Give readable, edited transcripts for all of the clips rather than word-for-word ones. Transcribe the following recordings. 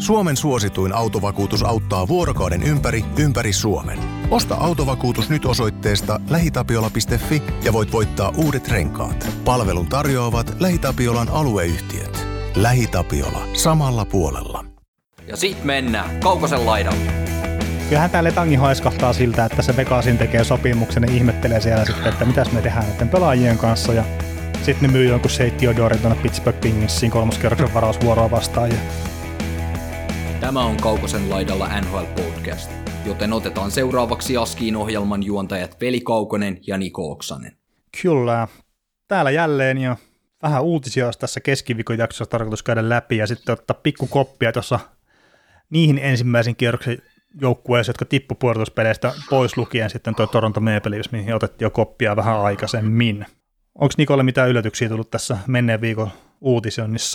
Suomen suosituin autovakuutus auttaa vuorokauden ympäri Suomen. Osta autovakuutus nyt osoitteesta lähitapiola.fi ja voit voittaa uudet renkaat. Palvelun tarjoavat LähiTapiolan alueyhtiöt. LähiTapiola. Samalla puolella. Ja sit mennään Kaukosen laidalle. Kyllähän tää Letangi haiskahtaa siltä, että se Vegasin tekee sopimuksen ja ihmettelee siellä sitten, että mitäs me tehdään näiden pelaajien kanssa. Ja sitten ne myy jonkun Shea Theodoren tuonne Pittsburgh Penguinsiin kolmoskierroksen varausvuoroa vastaan. Ja Tämä on Kaukosen laidalla NHL Podcast, joten otetaan seuraavaksi Askiin ohjelman juontajat Veli Kaukonen ja Niko Oksanen. Kyllä, täällä jälleen ja vähän uutisia olisi tässä keskiviikon jaksossa tarkoitus käydä läpi ja sitten ottaa pikkukoppia tuossa niihin ensimmäisen kierroksen joukkueisiin, jotka tippu pudotuspeleistä pois lukien sitten tuo Toronto Maple Leafs, mihin otettiin jo koppia vähän aikaisemmin. Onko Nikolle mitään yllätyksiä tullut tässä menneen viikon uutisoinnissa?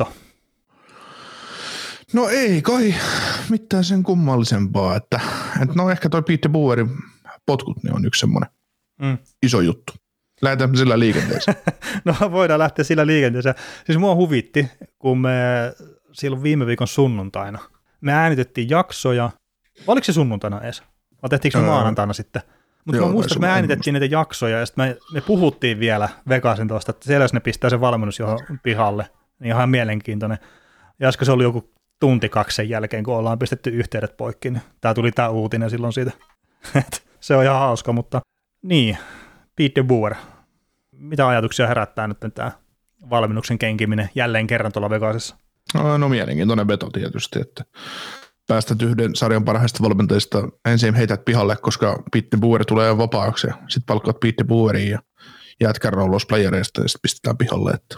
No ei kai mitään sen kummallisempaa, että no ehkä toi Pete Boerin potkut niin on yksi semmoinen iso juttu. Lähdetään sillä liikenteeseen. No voidaan lähteä sillä liikenteeseen. Siis mua huvitti, kun me silloin viime viikon sunnuntaina, me äänitettiin jaksoja, oliko se sunnuntaina edes? Vai tehtiinkö se maanantaina sitten? Mutta mä muistan, että me äänitettiin niitä jaksoja ja sitten me puhuttiin vielä Vegasin tuosta, että siellä jos ne pistää se valmennus johon pihalle, niin ihan mielenkiintoinen. Ja olisiko se oli joku tunti 2 sen jälkeen, kun ollaan pistetty yhteydet poikki, niin tuli uutinen silloin siitä. Se on ihan hauska, mutta niin, Pete Boer. Mitä ajatuksia herättää nyt tämä valmennuksen kenkiminen jälleen kerran tuolla Vegasissa? No mielenkiintoinen veto tietysti, että päästät yhden sarjan parhaista valmentajista, ensin heität pihalle, koska Pete Boer tulee vapaaksi ja sitten palkkaat Pete Boerin ja jäät kerran ulos playereista ja sitten pistetään pihalle. Että.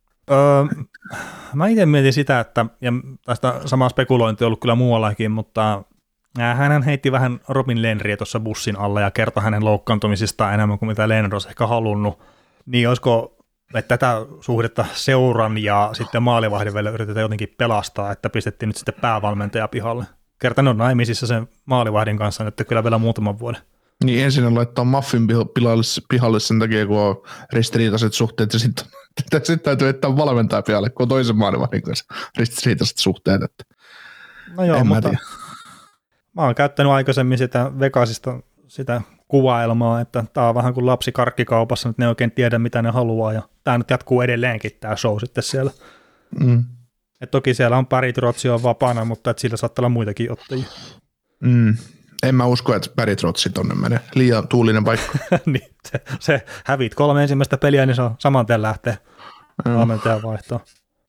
Mä itse mietin sitä, että, ja tästä samaa spekulointia on ollut kyllä muuallakin, mutta hän heitti vähän Robin Lehnerriä tuossa bussin alla ja kertoi hänen loukkaantumisistaan enemmän kuin mitä Lehner olisi ehkä halunnut. Niin olisiko, että tätä suhdetta seuran ja sitten maalivahdin välillä yritetään jotenkin pelastaa, että pistettiin nyt sitten päävalmentaja pihalle. Kerta ne on naimisissa sen maalivahdin kanssa nyt kyllä vielä muutaman vuoden. Niin ensin laittaa Muffin pihalle sen takia, kun on ristiriitaiset suhteet ja sitten täytyy heittää valmentaja pihalle, kun on toisen maalivahdin kanssa ristiriitaiset suhteet. Että. No joo, mutta mä oon käyttänyt aikaisemmin sitä Vegasista sitä kuvailmaa, että tää on vähän kuin lapsi karkkikaupassa, että ne ei oikein tiedä mitä ne haluaa ja tää nyt jatkuu edelleenkin tää show sitten siellä. Et toki siellä on Barry Trotz on vapaana, mutta et sillä saattaa olla muitakin ottajia. En mä usko, että Barry Trotz tonne menee. Liian tuulinen paikka. Niin, se hävit 3 ensimmäistä peliä, niin se on saman tien lähtee valmentajan vaihtoon.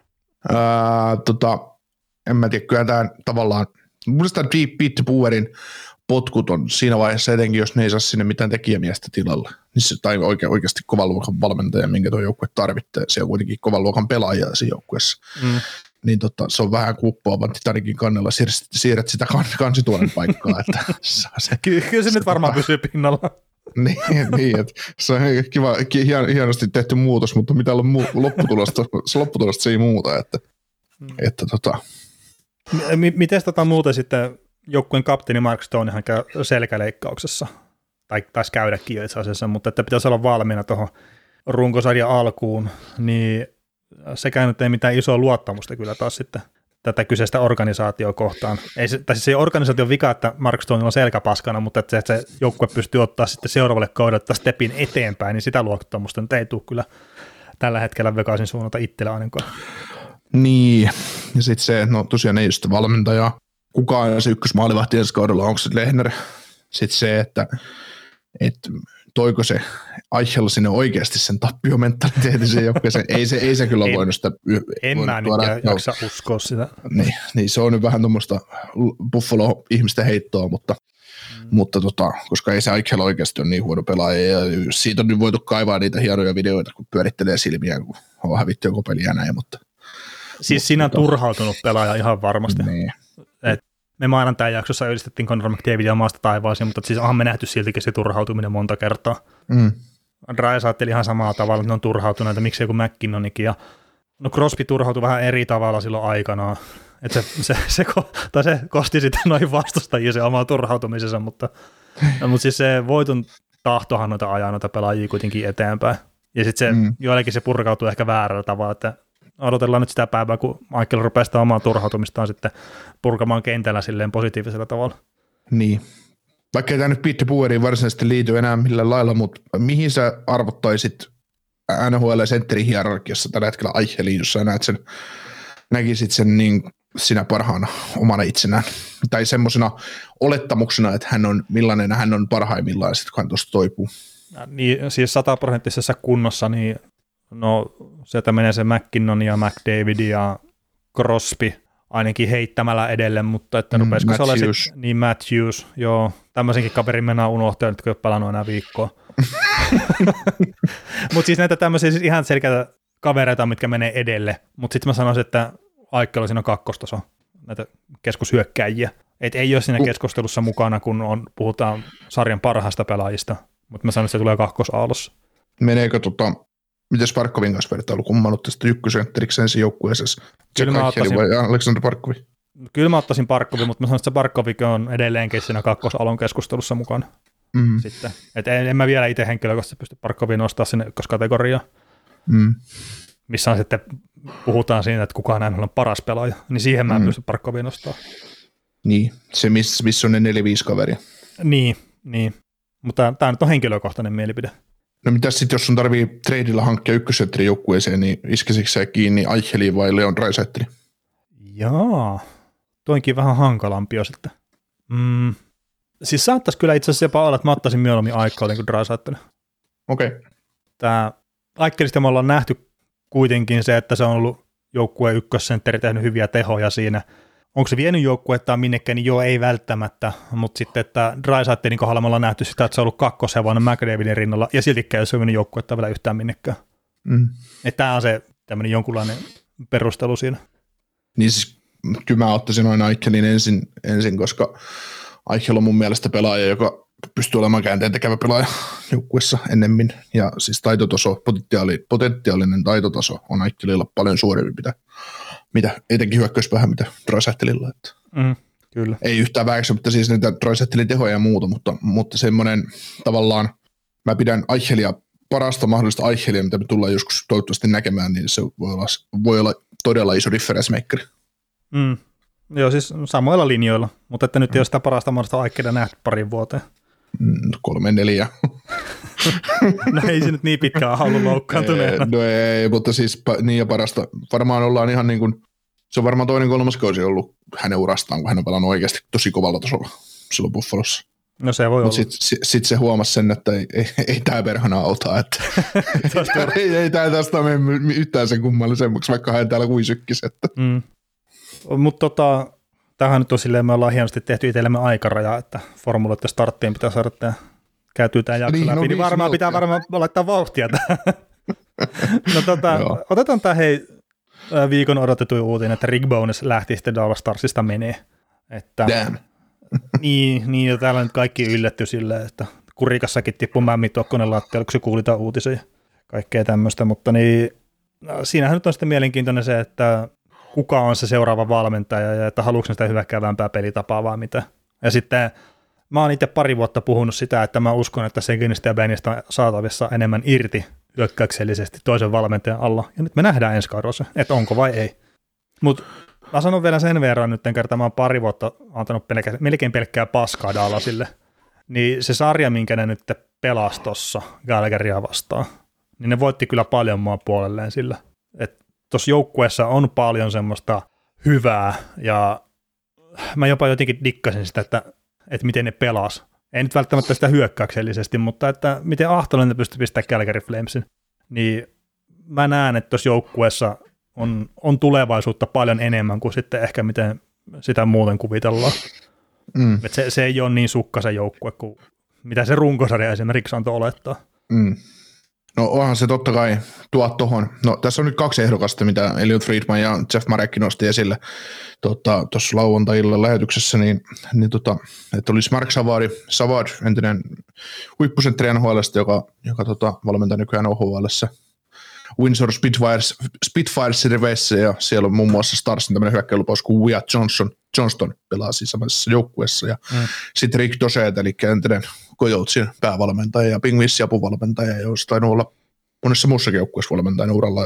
En mä tiedä, kyllä tämä tavallaan, mielestäni Pete Boerin potkut on siinä vaiheessa, etenkin jos ne ei saa sinne mitään tekijämiestä tilalle, tai oikeasti kovan luokan valmentaja, minkä tuo joukkue tarvitsee, se on kuitenkin kovan luokan pelaaja siinä joukkueessa. Niin se on vähän kuppoavan Titanikin kannella, siirrät sitä kansituolen paikkaa. Että kyllä se nyt varmaan pysyy pinnalla. niin, että se on kiva, hienosti tehty muutos, mutta mitä on lopputulosta se ei muuta. Miten muuten sitten joukkueen kapteeni Mark Stonehan käy selkäleikkauksessa, tai taisi käydäkin jo itse asiassa, mutta että pitäisi olla valmiina tuohon runkosarjan alkuun, niin sekään nyt ei mitään isoa luottamusta kyllä taas sitten tätä kyseistä organisaatioa kohtaan. Se ei organisaation vika, että Mark Stone on selkäpaskana, mutta että se joukkue pystyy ottaa sitten seuraavalle kaudelle stepin eteenpäin, niin sitä luottamusta nyt ei tule kyllä tällä hetkellä Vegasin suunnalta itsellä ainakaan. Niin, ja sitten se, no tosiaan ei ole sitä valmentajaa. Kuka on se ykkösmaalivahti ensi kaudella, onko se Lehner? Sitten se, että toiko se Eichel sinne oikeasti sen tappiomentaliteetin sen joukkueeseen. Ei se kyllä voinut sitä. En mä nyt jaksa uskoa sitä. Niin, se on nyt vähän tuommoista Buffalo-ihmisten heittoa, mutta koska ei se Eichel oikeasti ole niin huono pelaaja. Ja siitä on nyt voitu kaivaa niitä hienoja videoita, kun pyörittelee silmiään, kun on hävitty joku peli ja näin. Siis siinä on turhautunut pelaaja ihan varmasti. Niin. Me maanantain jaksossa ylistettiin Connor McDavidia maasta taivaaseen, mutta siis onhan me nähty siltikin se turhautuminen monta kertaa. Draisaitl ajatteli ihan samalla tavalla, että ne on turhautuneita, miksi joku McKinnonikin. Ja no Crosby turhautui vähän eri tavalla silloin aikanaan. Että se kosti sitten noihin vastustajia se oma turhautumisensa, mutta siis se voiton tahtohan noita ajaa noita pelaajia kuitenkin eteenpäin. Ja sitten se joillekin se purkautuu ehkä väärällä tavalla, että odotellaan nyt sitä päivää, kun Michael rupeaa sitä omaa turhautumistaan sitten purkamaan kentällä silleen positiivisella tavalla. Niin. Vaikka ei tämä nyt Pete DeBoeriin varsinaisesti liity enää millään lailla, mutta mihin sä arvottaisit NHL-sentterin hierarkiassa tällä hetkellä Eicheliin, jos sä näkisit sen niin sinä parhaana omana itsenään, tai semmoisena olettamuksena, että millainen hän on parhaimmillaan sitten, kun hän tuosta toipuu. Niin, siis 100% kunnossa, niin no sieltä menee se McKinnon ja McDavid ja Crosby ainakin heittämällä edelle, mutta että rupeisiko se olla niin Matthews, joo, tämmöisenkin kaverin mennään unohtaa, nyt kun ei ole pelannut enää viikkoa. Mutta siis näitä tämmöisiä siis ihan selkeitä kavereita, mitkä menee edelle, mutta sitten mä sanoisin, että Aikkelo siinä on kakkostaso, näitä keskushyökkäjiä. Et ei ole siinä keskustelussa mukana, kun puhutaan sarjan parhaista pelaajista, mutta mä sanoin, että se tulee kakkosaallossa. Meneekö miten Parkkovin kanssa vertailu, kun mä oon tästä ykkösentteriksi ensin joukkueessa? Vai Alexander Parkkovi? Kyllä mä ottaisin Parkkovin, mutta mä sanoin, että se Parkkovikin on edelleenkin siinä kakkosalon keskustelussa mukana. Sitten. Et en mä vielä itse henkilökohtaisesti pysty Parkkovia nostaa sinne ykköskategoriaan, missä on sitten puhutaan siinä, että kukaan näin on paras pelaaja, niin siihen mä en pysty Parkkovia nostaa. Niin, se missä on ne 4-5 kaveria. Niin. Mutta tämä nyt on henkilökohtainen mielipide. No mitäs sitten, jos sun tarvii treidillä hankkia ykkösentterin joukkueeseen, niin iskesikö sä kiinni Eicheliin vai Leon Draisaitlin? Jaa, toinkin vähän hankalampi jo sitten. Siis saattaisi kyllä itse asiassa jopa olla, että mä ottaisin mieluummin Eichelin kuin Draisaitlin. Okei. Tämä Eichelistä me ollaan nähty kuitenkin se, että se on ollut joukkueen ykkössentteri, tehnyt hyviä tehoja siinä. Onko se vienyt joukkuettaan minnekään, niin joo, ei välttämättä, mutta sitten, että Draisaitlin kohdalla me ollaan nähty sitä, että se on ollut kakkoshevonen McDavidin rinnalla, ja siltikään ei se ole vienyt joukkuettaan vielä yhtään minnekään. Että tämä on se tämmöinen jonkunlainen perustelu siinä. Niin siis kyllä mä ottaisin aina Eichelin ensin, koska Eichel on mun mielestä pelaaja, joka pystyy olemaan käänteen tekevä pelaaja joukkueessa ennemmin, ja siis taitotaso, potentiaalinen taitotaso on Eichelilla paljon suurempi, mitä etenkin hyökkäyspäähän, mitä Draisaitlilla. Kyllä. Ei yhtään väheksymättä siis niitä Draisaitlin tehoja ja muuta, mutta semmoinen tavallaan, mä pidän Eichelia parasta mahdollista Eichelia, mitä me tullaan joskus toivottavasti näkemään, niin se voi olla todella iso difference maker. Joo, siis samoilla linjoilla, mutta että nyt ei ole sitä parasta mahdollista Eichelia nähty parin vuoteen. 3-4. No ei se nyt niin pitkään ollut loukkaantuneena. No ei, mutta siis niin ja parasta. Varmaan ollaan ihan niin kuin, se on varmaan toinen 3. kausi ollut hänen urastaan, kun hän on pelannut oikeasti tosi kovalla tasolla silloin Buffalossa. No se voi olla. Sitten se huomasi sen, että ei tämä perhana auta, että ei tämä tästä mene yhtään sen kummallisemmaksi, vaikka hän täällä kuisykkisi. Mutta tämähän nyt on silleen, me ollaan hienosti tehty itsellemme aikaraja, että formuloiden starttiin pitää saada tämä käytyy tämä jakso läpi, niin varmaan pitää laittaa vauhtia tähän. No otetaan tämä viikon odotetuin uutinen, että Rick Bowness lähti sitten Dallas Starsista menee. Että, damn. niin, ja täällä nyt kaikki yllätty silleen, että Kurikassakin tippui Mämmi Tokkonen lattialle, kun se kuuli tämän uutisen ja kaikkea tämmöistä, mutta niin, siinähän nyt on sitten mielenkiintoinen se, että kuka on se seuraava valmentaja ja että haluatko sitä hyväkkäävämpää pelitapaa vai mitä. Ja sitten mä oon itse pari vuotta puhunut sitä, että mä uskon, että Seguinista ja Benistä on saatavissa enemmän irti hyökkäyksellisesti toisen valmentajan alla. Ja nyt me nähdään ensi kaudella, että onko vai ei. Mutta mä sanon vielä sen verran nyt, kertaa mä oon pari vuotta antanut melkein pelkkää paskaa Dallasille. Niin se sarja, minkä ne nyt pelasi tuossa Calgarya vastaan, niin ne voitti kyllä paljon mua puolelleen sillä. Että tuossa joukkueessa on paljon semmoista hyvää ja mä jopa jotenkin dikkasin sitä, että miten ne pelas. Ei nyt välttämättä sitä hyökkäyksellisesti, mutta että miten Ahtonen ne pystyy pistämään Calgary Flamesin. Niin mä näen, että tuossa joukkueessa on tulevaisuutta paljon enemmän kuin sitten ehkä miten sitä muuten kuvitellaan. Että se ei ole niin sukkasen joukkue kuin mitä se runkosarja esimerkiksi antoi olettaa. No onhan se totta kai tuo tuohon. No tässä on nyt 2 ehdokasta, mitä Elliot Friedman ja Jeff Marek nosti esille tuossa lauantai-illan lähetyksessä, niin että olisi Mark Savard, entinen huippusentteri NHL:stä, joka valmentaa nykyään OHL:ssä Windsor Spitfiresin riveissä, ja siellä on muun muassa Starsin tämmöinen hyökkäilupaus kuin Wyatt Johnston pelaa siis samassa joukkueessa, ja sitten Rick Tocchet, eli entinen Coyotesin päävalmentaja ja Penguinsin apuvalmentaja, ja olisi tainnut olla monessa muussakin joukkueessa valmentajan uralla.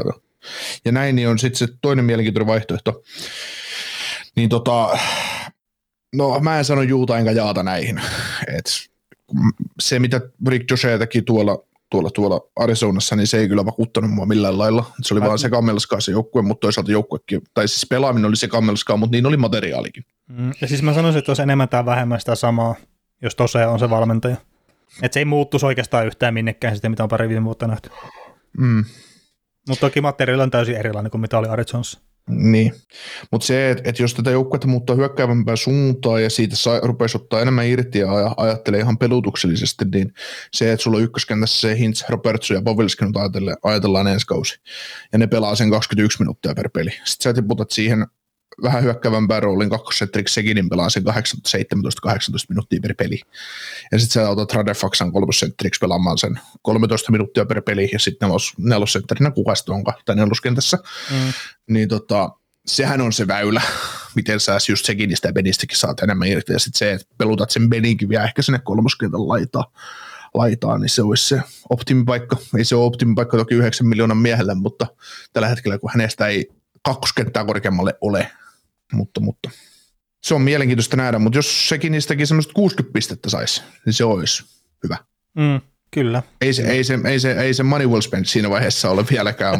ja näin, niin on sitten se toinen mielenkiintoinen vaihtoehto. Niin no mä en sano juuta enkä jaata näihin. Et se, mitä Rick Jose teki tuolla Arizonassa, niin se ei kyllä vakuuttanut mua millään lailla. Se oli vaan se kammelskaa se joukkue, mutta toisaalta joukkuekin, tai siis pelaaminen oli se kammelskaa, mutta niin oli materiaalikin. Ja siis mä sanoisin, että olisi enemmän tai vähemmän sitä samaa, jos tosiaan on se valmentaja. Että se ei muuttuisi oikeastaan yhtään minnekään sitä, mitä on pari viime vuotta nähty. Mutta toki materiaali on täysin erilainen kuin mitä oli Arizonassa. Niin, mutta se, että jos tätä joukkuetta muuttaa hyökkäävämpään suuntaan ja siitä rupeisi ottaa enemmän irti ja ajattelee ihan pelutuksellisesti, niin se, että sulla on ykköskentässä se Hintz, Robertson ja Pavelski nyt ajatellaan ensi kausi, ja ne pelaa sen 21 minuuttia per peli. Sitten sä tiputat siihen vähän hyökkäävämpään roolin kakkossetteriksi Seginin pelaa sen 17-18 minuuttia per peli. Ja sitten sä otat Radefaksan kolmossetteriksi pelaamaan sen 13 minuuttia per peli, ja sitten nelosentterinä kukaista onkaan, tai neloskentässä. Niin sehän on se väylä, miten sä just Seginistä ja Benistäkin saat enemmän irti, ja sitten se, että pelutat sen Beninkin vielä ehkä sinne kolmoskentän laitaan, niin se olisi se optimipaikka. Ei se ole optimipaikka toki 9 miljoonan miehelle, mutta tällä hetkellä, kun hänestä ei kakkoskenttää korkeammalle ole, mutta se on mielenkiintoista nähdä, mutta jos sekin niistäkin semmoista 60 pistettä saisi, niin se olisi hyvä. Kyllä. Ei se money well spent siinä vaiheessa ole vieläkään,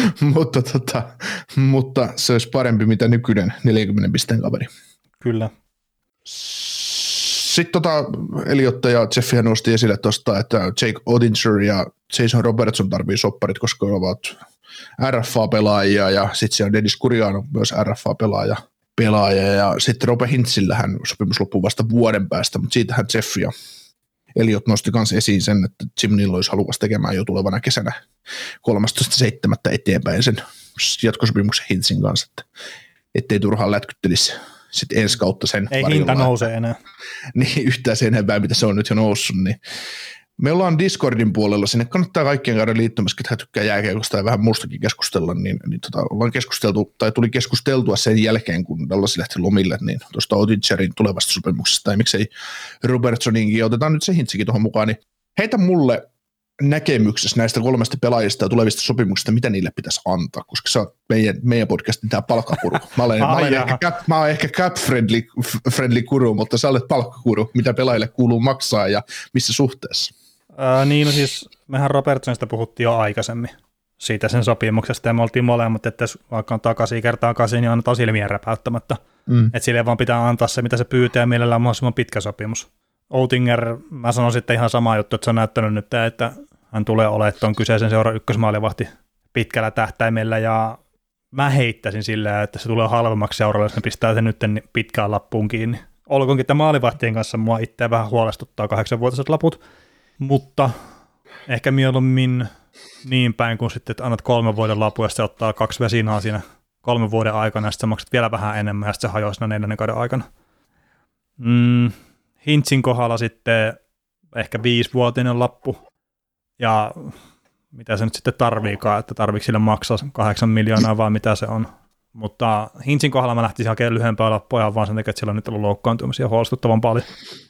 mutta se olisi parempi mitä nykyinen 40 pisteen kaveri. Kyllä. Sitten Eliotta ja Jeffihän nosti esille tuosta, että Jake Oettinger ja Jason Robertson tarvii sopparit, koska ovat RFA-pelaajia, ja sitten se on Dennis Kuriano myös RFA-pelaaja, ja sitten Robe Hintzillähän sopimus loppuu vasta vuoden päästä, mutta siitähän Jeff ja Eliot nosti myös esiin sen, että Jim Nill olisi halukas tekemään jo tulevana kesänä 13.7. eteenpäin sen jatkosopimuksen Hintzin kanssa, ettei turhaan lätkyttelisi sitten ensi kautta sen ei varjolla. Hinta nouse enää. Niin, yhtään sen enempää, mitä se on nyt jo noussut, niin me ollaan Discordin puolella, sinne kannattaa kaikkien käydä liittymässä, ketkä tykkää jääkiekosta ja vähän muustakin keskustella, niin ollaan keskusteltu, tai tuli keskusteltua sen jälkeen, kun Dallas lähti lomille, niin tuosta Oettingerin tulevasta sopimuksesta, tai miksei Robertsoninkin, ja otetaan nyt se Hintzikin tuohon mukaan, niin heitä mulle näkemyksessä näistä 3 pelaajista ja tulevista sopimuksista, mitä niille pitäisi antaa, koska sä oot meidän podcastin tämä palkkakuru. Mä olen ehkä cap-friendly kuru, mutta sä olet palkkakuru, mitä pelaajille kuuluu maksaa ja missä suhteessa. Niin, no siis mehän Robertsonista puhuttiin jo aikaisemmin siitä sen sopimuksesta, ja me oltiin molemmat, että vaikka on 8x8, niin annetaan silmiä räpäyttämättä. Että sille vaan pitää antaa se, mitä se pyytää, ja mielellään mahdollisimman pitkä sopimus. Oettinger, mä sanon sitten ihan sama juttu, että se on näyttänyt nyt, että hän tulee olemaan tuon kyseisen seuran ykkösmaalivahti pitkällä tähtäimellä, ja mä heittäisin sillä, että se tulee halvemmaksi seuralle, jos ne pistää sen nyt pitkään lappuun kiinni. Olkoonkin, että maalivahtien kanssa mua itseä vähän huolestuttaa 8-vuotiset laput, mutta ehkä mieluummin niin päin kuin sitten, että annat 3 vuoden lapun, ja se ottaa 2 vesinaa siinä 3 vuoden aikana, ja sitten sä maksat vielä vähän enemmän, ja sitten se hajoaa siinä 4 kauden aikana. Hintzin kohdalla sitten ehkä 5-vuotinen lappu, ja mitä se nyt sitten tarviikaan, että tarviiko sille maksaa 8 miljoonaa vai mitä se on. Mutta Hintzin kohdalla mä lähtisin hakemaan lyhyempää lappua, vaan sen takia, että siellä on nyt ollut loukkaantumisia huolestuttavan paljon.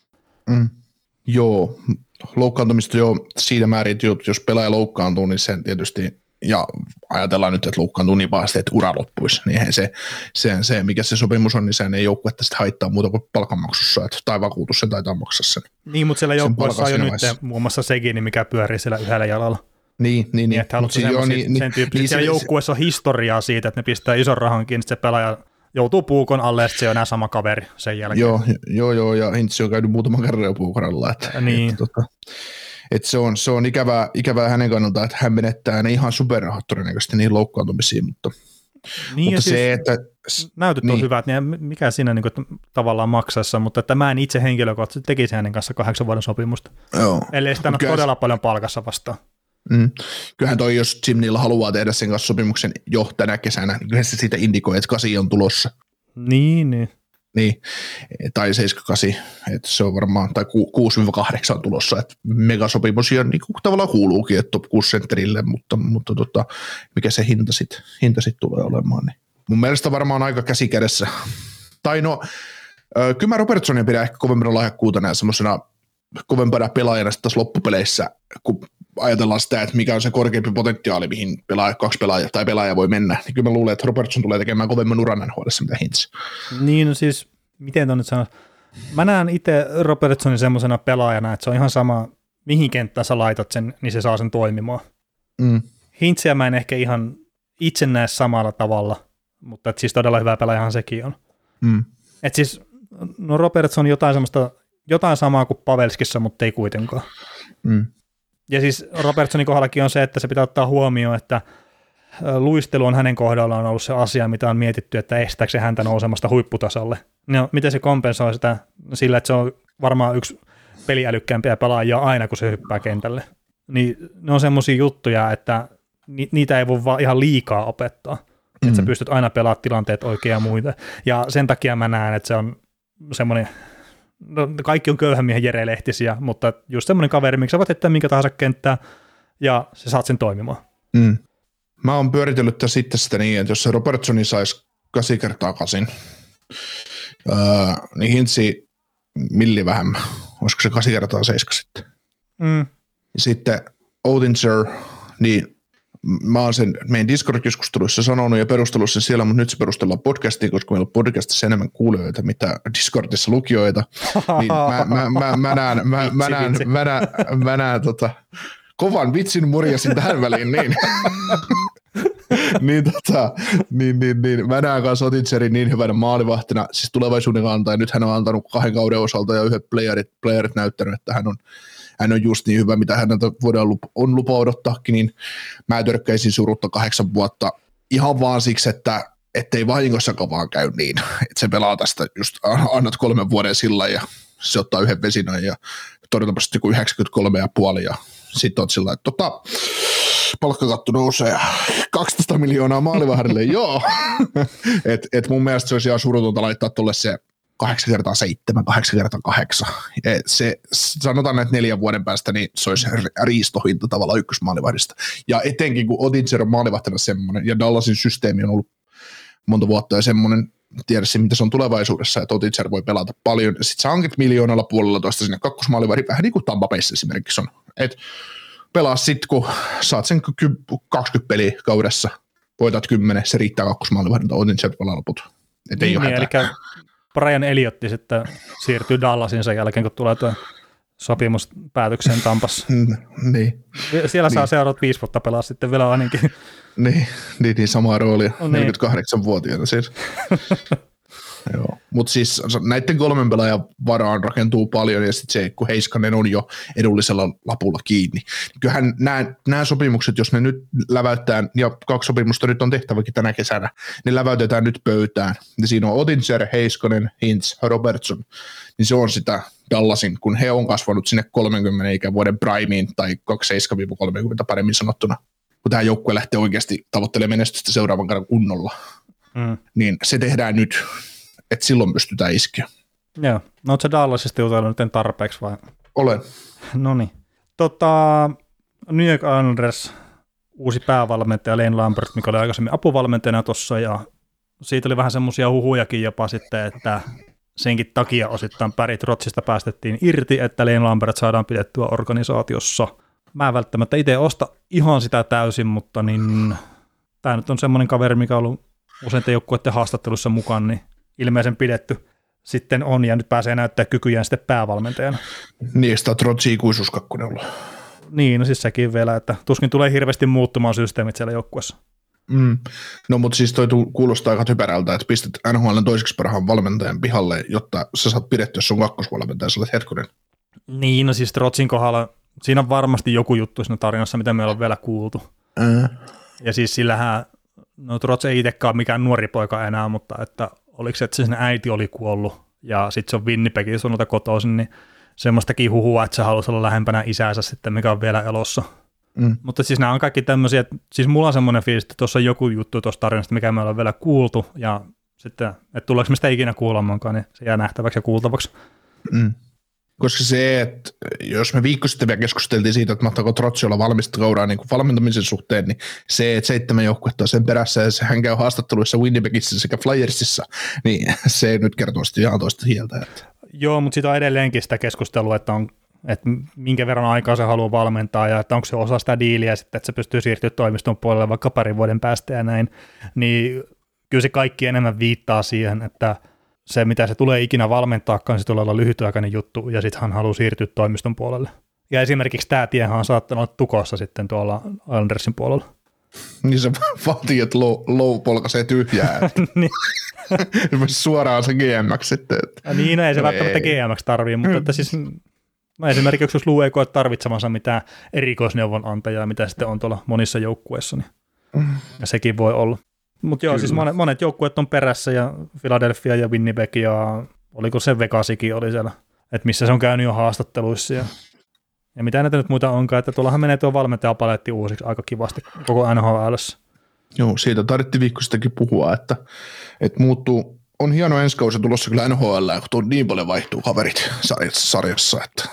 Joo, loukkaantumista jo siinä määrin, että jos pelaaja loukkaantuu, niin sen tietysti, ja ajatellaan nyt, että loukkaantuu niin pahasti, että ura loppuisi, niin eihän se, mikä se sopimus on, niin sehän ei joukkuetta sitten haittaa muuta kuin palkanmaksussa, tai vakuutus sen taitaa maksaa sen. Niin, mutta siellä joukkueessa on jo nyt muun muassa Segini, mikä pyörii siellä yhdellä jalalla. Niin. Että haluatko sen tyyppisiä, siellä joukkueessa on historiaa siitä, että ne pistää ison rahan kiinni, että se pelaaja joutuu puukon alle, ja se on enää sama kaveri sen jälkeen. Joo, ja Hintz on käynyt muutaman kerran jo puukaralla. Että se on ikävää hänen kannaltaan, että hän menettää ne ihan superrahat todennäköisesti niihin loukkaantumisiin, mutta niin, se, siis että näytöt on hyvät, niin mikä siinä niin kuin, tavallaan maksassa, mutta että mä en itse henkilökohtaisesti tekisi hänen kanssa 8 vuoden sopimusta. Joo. Ellei sitä todella paljon palkassa vastaan. Kyllähän toi, jos Jim Neal haluaa tehdä sen kanssa sopimuksen jo tänä kesänä, niin kyllähän se siitä indikoi, että 8 on tulossa. Niin. Tai 7-8, että se on varmaan, tai 6-8 on tulossa, että megasopimus ja niin kuin tavallaan kuuluukin, että top 6 sentterille, mutta mikä se hinta sit tulee olemaan. Niin. Mun mielestä varmaan aika käsikädessä. Tai no, kyllä mä Robertsonia pidän ehkä kovempana lahjakkuutena ja semmoisena kovempana pelaajana tässä loppupeleissä, kun ajatellaan sitä, että mikä on se korkeampi potentiaali, mihin kaksi pelaajaa voi mennä, niin kyllä mä luulen, että Robertson tulee tekemään kovemman uran NHL:ssä, mitä Hintz. Niin, no siis, miten ton nyt sanoa? Mä näen itse Robertsonin semmoisena pelaajana, että se on ihan sama, mihin kenttään sä laitat sen, niin se saa sen toimimaan. Hintziä mä en ehkä ihan itse näe samalla tavalla, mutta et siis todella hyvä pelaajahan sekin on. Et siis, no Robertson on jotain samaa kuin Pavelskissa, mutta ei kuitenkaan. Ja siis Robertsonin kohdallakin on se, että se pitää ottaa huomioon, että luistelu on hänen kohdallaan ollut se asia, mitä on mietitty, että estääkö se häntä nousemasta huipputasolle. No, miten se kompensoi sitä sillä, että se on varmaan yksi peliälykkäämpiä pelaajia aina, kun se hyppää kentälle. Niin ne on semmoisia juttuja, että niitä ei voi vaan ihan liikaa opettaa. Että sä pystyt aina pelaamaan tilanteet oikein ja muita. Ja sen takia mä näen, että se on semmoinen, no, kaikki on köyhän miehen Jere Lehtisiä, mutta just semmoinen kaveri, miksi sä voit heittää minkä tahansa kenttää, ja sä saat sen toimimaan. Mä oon pyöritellyt sitten sitä niin, että jos se Robertsoni saisi 8x8, niin Hintzi milli vähemmän. Olisiko se 8x7 sitten? Sitten Oettinger, niin mä oon sen meidän Discord-keskusteluissa sanonut ja perustellut sen siellä, mutta nyt se perustellaan podcastiin, koska meillä on podcastissa enemmän kuulijoita, mitä Discordissa lukijoita. Niin mä näen kovan vitsin murjasin tähän väliin, niin. niin mä näen kanssa Oettingerin niin hyvänä maalivahtina, siis tulevaisuuden kantaa, ja nyt hän on antanut 2 kauden osalta ja yhdet playerit näyttänyt, että hän on just niin hyvä, mitä häneltä on lupa odottaakin, niin mä törkkäisin surutta 8 vuotta ihan vaan siksi, että ettei vahingossakaan vaan käy niin, että se pelaa tästä just annat 3 vuoden sillä ja se ottaa 1 vesinan ja todennäköisesti joku 93,5 ja sitten oot sillä, että palkkakattu nousee 12 miljoonaa maalivahdille, joo. Et mun mielestä se olisi ihan surutonta laittaa tuolle se 8x7, 8x8. Se, sanotaan, että 4 vuoden päästä niin se olisi riistohinta tavallaan ykkösmaalivahdista. Ja etenkin kun Oettinger on maalivahtina semmoinen, ja Dallasin systeemi on ollut monta vuotta ja semmoinen, tiedä se, mitä se on tulevaisuudessa, että Oettinger voi pelata paljon. Sitten sä hankit 1,5 miljoonalla sinne kakkosmaalivahdin, vähän niin kuin Tampa Bayssa esimerkiksi on. Et pelaa sitten, kun saat sen 20 peliä kaudessa, voitat 10, se riittää kakkosmaalivahdilta, Oettinger pelaa loput. Niin, eli Brian Elliotti sitten siirtyy Dallasin sen jälkeen, kun tulee tuo sopimus päätökseen Tampassa. Niin. Siellä saa seuraavat 5 vuotta pelaa sitten vielä ainakin. Niin samaa roolia, 48-vuotiaana siis. Joo. Mutta siis näiden 3 pelaajan varaan rakentuu paljon, ja sitten se, kun Heiskanen on jo edullisella lapulla kiinni. Kyllähän nämä sopimukset, jos ne nyt läväyttää, ja 2 sopimusta nyt on tehtäväkin tänä kesänä, ne läväytetään nyt pöytään. Ja siinä on Oettinger, Heiskanen, Hintz, Robertson, niin se on sitä Dallasin, kun he on kasvanut sinne 30 ikävuoden primeen, tai 27-30 paremmin sanottuna. Kun tämä joukkue lähtee oikeasti tavoittelemaan menestystä seuraavan kerran kunnolla, niin se tehdään nyt. Että silloin pystytään iskeä. Joo. No ootko sä Dallasista jutellut nyt tarpeeksi vai? Olen. Noniin. New York Islanders, uusi päävalmentaja Lane Lambert, mikä oli aikaisemmin apuvalmentajana tuossa, ja siitä oli vähän semmoisia huhujakin jopa sitten, että senkin takia osittain Barry Trotzista päästettiin irti, että Lane Lambert saadaan pidettyä organisaatiossa. Mä en välttämättä itse osta ihan sitä täysin, mutta niin tämä nyt on semmoinen kaveri, mikä on ollut usein joukkueiden haastattelussa mukaan, niin ilmeisen pidetty sitten on, ja nyt pääsee näyttää kykyjään sitten päävalmentajana. Niin, sitä on Trotsi ikuisuuskakkunen ollut. Niin, no siis sekin vielä, että tuskin tulee hirveästi muuttumaan systeemit siellä joukkueessa. No mutta siis toi kuulostaa aika typerältä, että pistät NHL:n toiseksi parhaan valmentajan pihalle, jotta sä saat pidettyä, jos on kakkosvalmentaja, sä olet hetkonen. Niin, no siis Trotsin kohdalla, siinä on varmasti joku juttu siinä tarinassa, mitä meillä on vielä kuultu. Ja siis sillähän, no Trots ei itsekään mikään nuori poika enää, mutta että oliko se, että sen äiti oli kuollut ja sitten se on Winnipegin suunnalta kotoisin, niin semmoistakin huhua, että se halusi olla lähempänä isäänsä sitten, mikä on vielä elossa. Mutta siis nämä on kaikki tämmöisiä, että siis mulla on semmoinen fiilis, että tuossa on joku juttu tuossa tarinasta, mikä me ollaan vielä kuultu, ja sitten, että tuleeko me sitä ikinä kuulemaankaan, niin se jää nähtäväksi ja kuultavaksi. Koska se, että jos me viikko sitten vielä keskusteltiin siitä, että mahtaako Trotsi olla valmista kauraa niin valmentamisen suhteen, niin se, että 7 joukkuetta on sen perässä ja hän käy haastatteluissa Winnipegissä sekä Flyersissa, niin se nyt kertoo sitten ihan toista hieltä. Että. Joo, mutta siitä on edelleenkin sitä keskustelua, että että minkä verran aikaa se haluaa valmentaa ja että onko se osa sitä diiliä sitten, että se pystyy siirtymään toimiston puolelle vaikka parin vuoden päästä ja näin, niin kyllä se kaikki enemmän viittaa siihen, että se mitä se tulee ikinä valmentaakaan, se tulee olla lyhytaikainen juttu ja sitten hän haluaa siirtyä toimiston puolelle. Ja esimerkiksi tämä tiehän on saattanut olla tukossa sitten tuolla Islandersin puolella. Niin se vaatii, että low polkaisee tyhjää. Niin. Suoraan se GMX sitten. Niin, no ei se välttämättä GMX tarvii, mutta että siis esimerkiksi jos Lou ei koe tarvitsemansa mitään erikoisneuvonantajaa, mitä sitten on tuolla monissa joukkueissa, niin ja sekin voi olla. Mutta joo, siis monet joukkueet on perässä ja Philadelphia ja Winnipeg ja oliko se Vegasikin oli siellä, että missä se on käynyt jo haastatteluissa ja mitä näitä nyt muita onkaan, että tuollahan menee tuo valmentajapaletti uusiksi aika kivasti koko NHL:ssä. Joo, siitä tarvittiin viikko sittenkin puhua, että muuttuu, on hieno ensi kausi tulossa kyllä NHL, kun tuo niin paljon vaihtuu kaverit sarjassa. Että.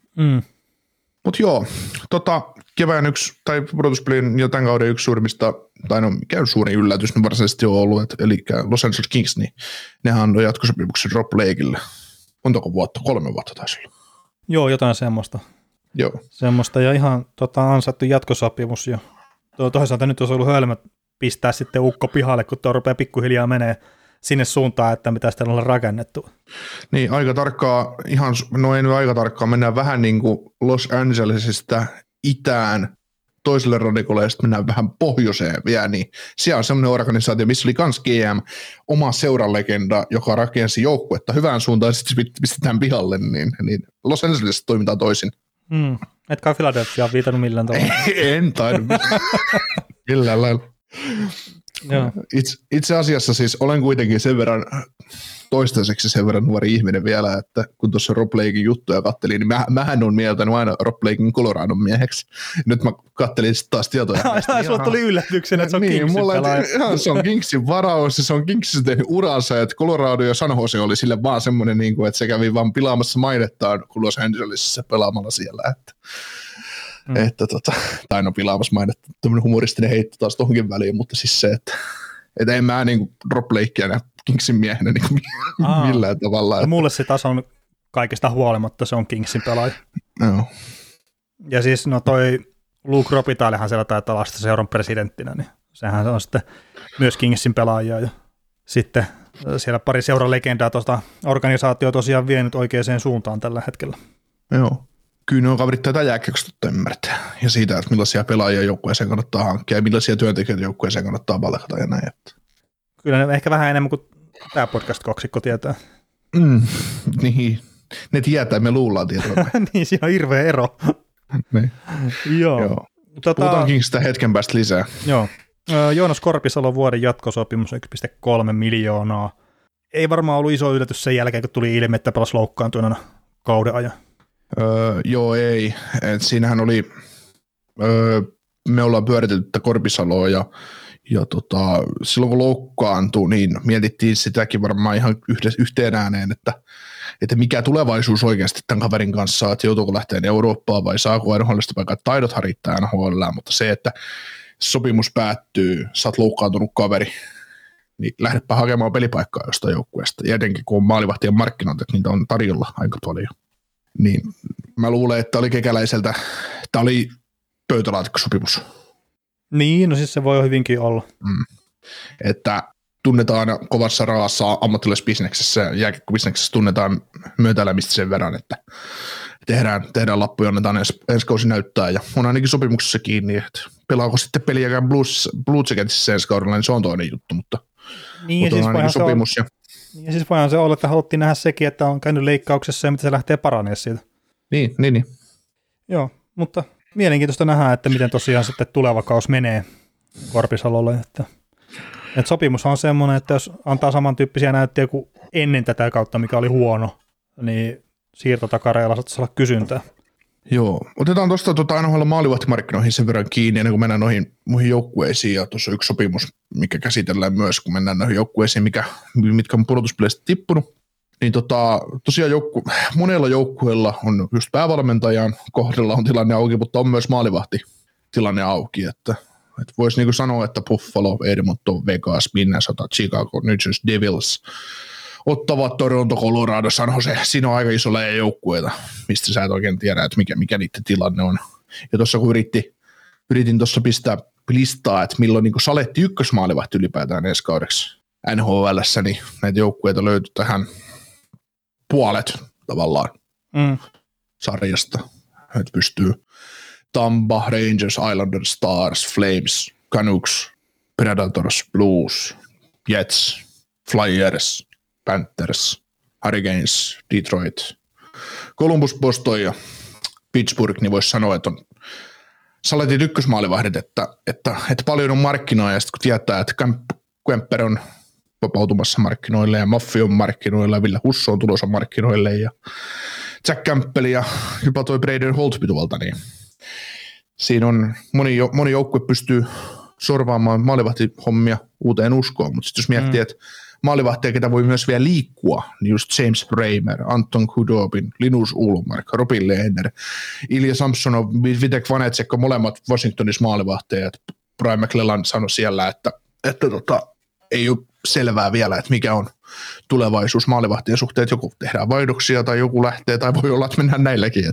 Mutta joo, kevään yksi, tai pudotuspelin ja tämän kauden yksi suurimmista, tai no mikä on suurin yllätys, niin varsinaisesti on ollut, eli Los Angeles Kings, niin nehän on jatkosopimuksen Rob Blakelle. Montako vuotta? 3 vuotta taisi olla. Joo, jotain semmoista. Joo. Semmoista ja ihan ansaittu jatkosopimus. Ja toisaalta nyt olisi ollut hölmö pistää sitten ukko pihalle, kun tuo rupeaa pikkuhiljaa menee sinne suuntaan, että mitä sitä on rakennettu. Niin, aika tarkkaa, ei nyt aika tarkkaa, mennään vähän niin kuin Los Angelesista itään toiselle radikolle ja sitten mennään vähän pohjoiseen vielä, niin siellä on semmoinen organisaatio, missä oli kans GM, oma seuralegenda, joka rakensi joukkuetta hyvään suuntaan ja sitten pistetään pihalle, niin Los Angelesissa toimitaan toisin. Etkä Philadelphia on viitannut millään tavalla. En taidu millään lailla. Joo. Itse asiassa siis olen kuitenkin toistaiseksi sen verran nuori ihminen vielä, että kun tuossa Rob Blaken juttuja kattelin, niin mähän on mieltänyt aina Rob Blaken Coloradon mieheksi. Nyt mä kattelin taas tietoja. Sulla tuli yllätyksenä, että se on Kingsin pelaaja. Se on Kingsin varaus ja se on Kingsin tehnyt uransa, että Colorado ja San Jose oli sille vaan semmoinen, että se kävi vaan pilaamassa mainettaan kun Los Angelesissa pelaamalla siellä. Tai no pilaamassa mainetta, tämmöinen humoristinen heitto taas tohonkin väliin, mutta siis se, että en mä niin Rob Blakea näe Kingsin miehenä niin millään tavalla. No, mulle se taas on kaikesta huolimatta, se on Kingsin pelaaja. No. Ja siis toi Luke Robitaillehan siellä taitaa olla seuran presidenttinä, niin sehän on sitten myös Kingsin pelaaja. Ja sitten siellä pari seuran legendaa tuosta organisaatio tosiaan vienyt oikeaan suuntaan tällä hetkellä. Joo. Kyllä ne on kaverit tätä jääkiekosta ymmärtää. Ja siitä, että millaisia pelaajia joukkueeseen kannattaa hankkia ja millaisia työntekijöitä joukkueeseen kannattaa valkata ja näin. Kyllä ne ehkä vähän enemmän kuin tämä podcast-kaksikko tietää. Niin, ne tietää, me luullaan tietää. Niin, siinä on hirveä ero. Niin. Joo. Puhutaan Kingsistä hetken päästä lisää. Joo. Joonas Korpisalo vuoden jatkosopimus 1,3 miljoonaa. Ei varmaan ollut iso yllätys sen jälkeen, kun tuli ilmi, että pelasi loukkaantuneena kauden ajan. Joo, ei. Et siinähän oli, me ollaan pyöritelty tätä Korpisaloa ja silloin kun loukkaantui, niin mietittiin sitäkin varmaan ihan yhteen ääneen, että mikä tulevaisuus oikeasti tämän kaverin kanssa, että joutuuko lähteä Eurooppaan vai saako NHLista paikkaa, taidothan riittää NHLään, mutta se, että sopimus päättyy, sä oot loukkaantunut kaveri, niin lähdepä hakemaan pelipaikkaa jostain joukkueesta, ja etenkin kun on maalivahtien markkinoita, että niitä on tarjolla aika paljon. Niin mä luulen, että oli Kekäläiseltä, tämä oli pöytälaatikkosopimus. Niin, no siis se voi hyvinkin olla. Että tunnetaan kovassa raassa ammattilaisbisneksessä ja jääkiekkobisneksessä tunnetaan myötäelämistä sen verran, että tehdään lappuja, annetaan ensi kausi näyttää ja on ainakin sopimuksessa kiinni, että pelaako sitten peliäkään Blue Jacketsissa ensi kaudella, niin se on toinen juttu, mutta siis on ainakin sopimus. Ja siis voihan se olla, että haluttiin nähdä sekin, että on käynyt leikkauksessa ja miten se lähtee paranemaan siitä. Niin. Joo, mutta mielenkiintoista nähdä, että miten tosiaan sitten tuleva kausi menee Korpisalolle. Että sopimus on semmoinen, että jos antaa samantyyppisiä näyttöjä kuin ennen tätä kautta, mikä oli huono, niin siirtotakareilla saattaisi olla kysyntää. Joo, otetaan tuosta NHL maalivahtimarkkinoihin sen verran kiinni, ennen kuin mennään noihin muihin joukkueisiin, ja tuossa on yksi sopimus, mikä käsitellään myös, kun mennään noihin joukkueisiin, mitkä on pudotuspeleistä tippunut, niin tosiaan monella joukkueella on just päävalmentajan kohdalla on tilanne auki, mutta on myös maalivahti tilanne auki, että voisi niinku sanoa, että Buffalo, Edmonton, Vegas, Minnesota, Chicago, New Jersey Devils Ottava, Toronto, Colorado, San Jose. Siinä on aika iso läjä joukkueita, mistä sä et oikein tiedä, että mikä niiden tilanne on. Ja tuossa kun yritin tuossa pistää listaa, että milloin niin Saletti ykkösmaalivahti ylipäätään ensi kaudeksi NHL:ssä, niin näitä joukkueita löytyi tähän puolet tavallaan sarjasta. Että pystyy Tampa, Rangers, Islanders, Stars, Flames, Canucks, Predators, Blues, Jets, Flyers, Panthers, Hurricanes, Detroit, Columbus, Boston ja Pittsburgh, niin voisi sanoa, että on Saletin ykkösmaalivahdit, että paljon on markkinoja, ja sitten kun tietää, että Kemper on vapautumassa markkinoille, ja Maffi on markkinoilla, ja Ville Husso on tulossa markkinoille, ja Jack Campbell ja jopa toi Braden Holtby tuolta, niin siinä on moni joukkue pystyy sorvaamaan maalivahtihommia uuteen uskoon, mutta sitten jos miettii, että maalivahtia, ketä voi myös vielä liikkua, niin just James Reimer, Anton Khudobin, Linus Ullmark, Robin Lehner, Ilja Samsonov, Vitek Vanecek on molemmat Washingtonissa maalivahteja. Brian McClellan sanoi siellä, että ei ole selvää vielä, että mikä on tulevaisuus maalivahtien suhteen, että joku tehdään vaihdoksia tai joku lähtee tai voi olla, että mennään näilläkin,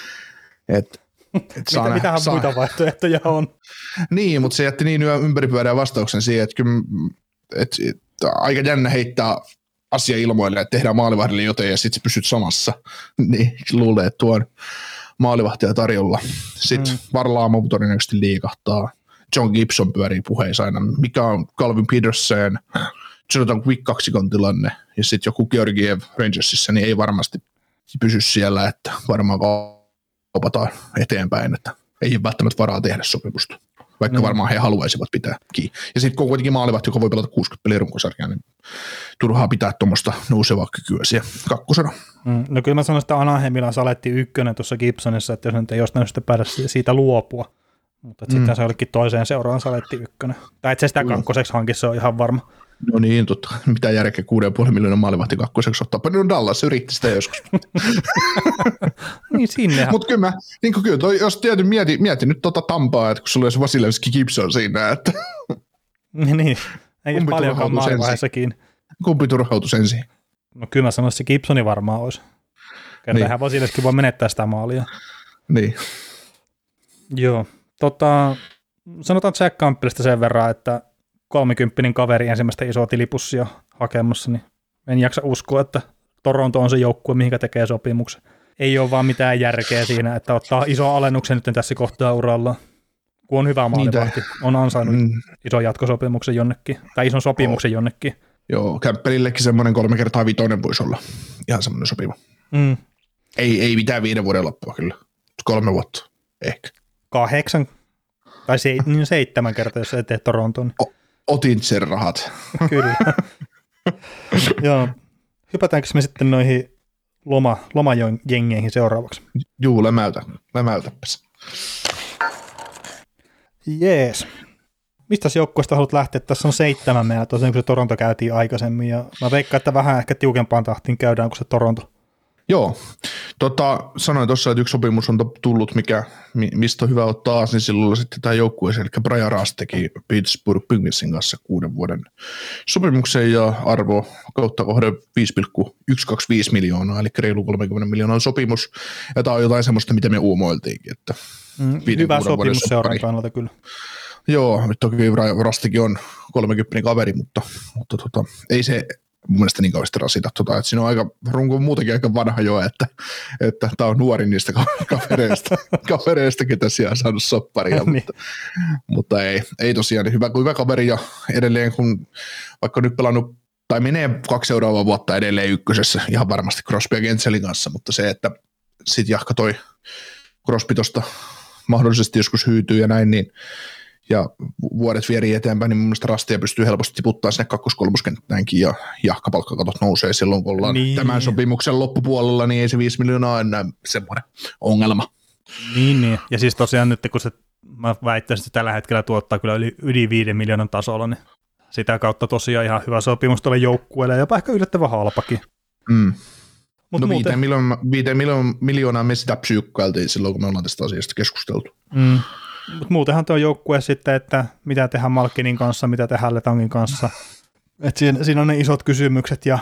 Mitähän muita vaihtoehtoja on? Niin, mutta se jätti niin ympäripyörän vastauksen siihen, että kyllä aika jännä heittää asia ilmoille, että tehdään maalivahdille jotain ja sitten sä pysyt samassa, niin luulee, että tuon maalivahtia tarjolla. Sitten Varlaamo todennäköisesti liikahtaa. John Gibson pyörii puheissa aina, mikä on Calvin Peterson, Jonathan Quick kaksikon tilanne, ja sitten joku Georgiev Rangersissa, niin ei varmasti pysy siellä, että varmaan kaupataan eteenpäin, että ei ole välttämättä varaa tehdä sopimusta, vaikka varmaan he haluaisivat pitää kiinni. Ja sitten kun kuitenkin maalivahti, joka voi pelata 60 peliä runkosarjaa, niin turhaa pitää tuommoista nousevaa kykyä siellä kakkosena. No kyllä mä sanoin, että Anaheimilla Saletti ykkönen tuossa Gibsonissa, että jos nyt ei jostain sitten päästä siitä luopua, mutta sitten se olikin toiseen seuraan Saletti ykkönen. Tai että se sitä kakkoseksi hankissa, se on ihan varma. No niin, totta. Mitä järkeä 6,5 miljoonaa maalivahti kakkoseksi ottaa. No Dallas yritti sitä joskus. Niin sinnehän. Mutta kyllä kyllä jos tietysti mieti nyt Tampaa, että kun sulla olisi Vasilevski Gibson siinä, että niin, ei paljonkaan maalivaiheessa kiinni. Kumpi turhautus ensin? No kyllä mä sanoisin, että se Gibsoni varmaan olisi. Kertaan niin. Vasilevski voi menettää sitä maalia. Niin. Joo. Sanotaan Jack Campbellista sen verran, että 30 kaveri ensimmäistä isoa tilipussia hakemassa, niin en jaksa uskoa, että Toronto on se joukkue, mihinkä tekee sopimuksen. Ei ole vaan mitään järkeä siinä, että ottaa iso alennuksen nyt tässä kohtaa uralla, kun on hyvä maalivahti, on ansainnut ison jatkosopimuksen jonnekin, tai ison sopimuksen jonnekin. Joo, Campbellillekin semmoinen 3x5 voisi olla ihan semmoinen sopiva. Ei mitään 5 vuoden loppua kyllä, 3 vuotta ehkä. 8 tai 7 kertaa, jos ei tee Torontoon. Otin sen rahat. Kyllä. Joo. Hypätäänkö me sitten noihin lomajengeihin seuraavaksi? Juu, lämäytäpäs. Jees. Mistäs joukkueesta haluat lähteä? Tässä on 7 meillä tosiaan, kun se Toronto käytiin aikaisemmin, ja mä veikkaan, että vähän ehkä tiukempaan tahtiin käydään kuin se Toronto. Joo, sanoin tuossa, että yksi sopimus on tullut, mistä on hyvä ottaa taas, niin silloin sitten tämä joukkueeseen, eli Brian Rust teki Pittsburgh Penguinsin kanssa 6 vuoden sopimuksen ja arvo kautta kohde 5,125 miljoonaa, eli reilu 30 miljoonan sopimus, ja tämä on jotain semmoista, mitä me uumoiltiinkin. Että hyvä sopimus seuran kannalta kyllä. Joo, nyt toki Rustikin on 30 kaveri, mutta ei se mun mielestä niin kauheasti rasita, että siinä on runko muutenkin aika vanha jo, että tämä on nuori niistä kavereista, ketä siellä on saanut sopparia, mutta ei tosiaan niin hyvä kaveri ja edelleen kun vaikka nyt pelannut tai menee 2 seuraavaa vuotta edelleen ykkösessä ihan varmasti Crosby ja Gentzelin kanssa, mutta se, että sitten jahka toi Crosby tosta mahdollisesti joskus hyytyy ja näin, niin ja vuodet vierii eteenpäin, niin mun mielestä Rastia pystyy helposti tiputtaa sinne 2-3-kenttäänkin ja jahkapalkkakatot nousee silloin, kun ollaan tämän sopimuksen loppupuolella, niin ei se 5 miljoonaa enää semmoinen ongelma. Niin, ja siis tosiaan nyt kun mä väittäisin, että tällä hetkellä tuottaa kyllä yli 5 miljoonan tasolla, niin sitä kautta tosiaan ihan hyvä sopimus tuolle joukkueelle ja jopa ehkä yllättävän halpakin. Mut no 5 miljoonaa me sitä psyykkailtiin silloin, kun me ollaan tästä asiasta keskusteltu. Mutta muutenhan tuo joukkue sitten, että mitä tehdään Malkinin kanssa, mitä tehdään Letangin kanssa. Et siinä on ne isot kysymykset ja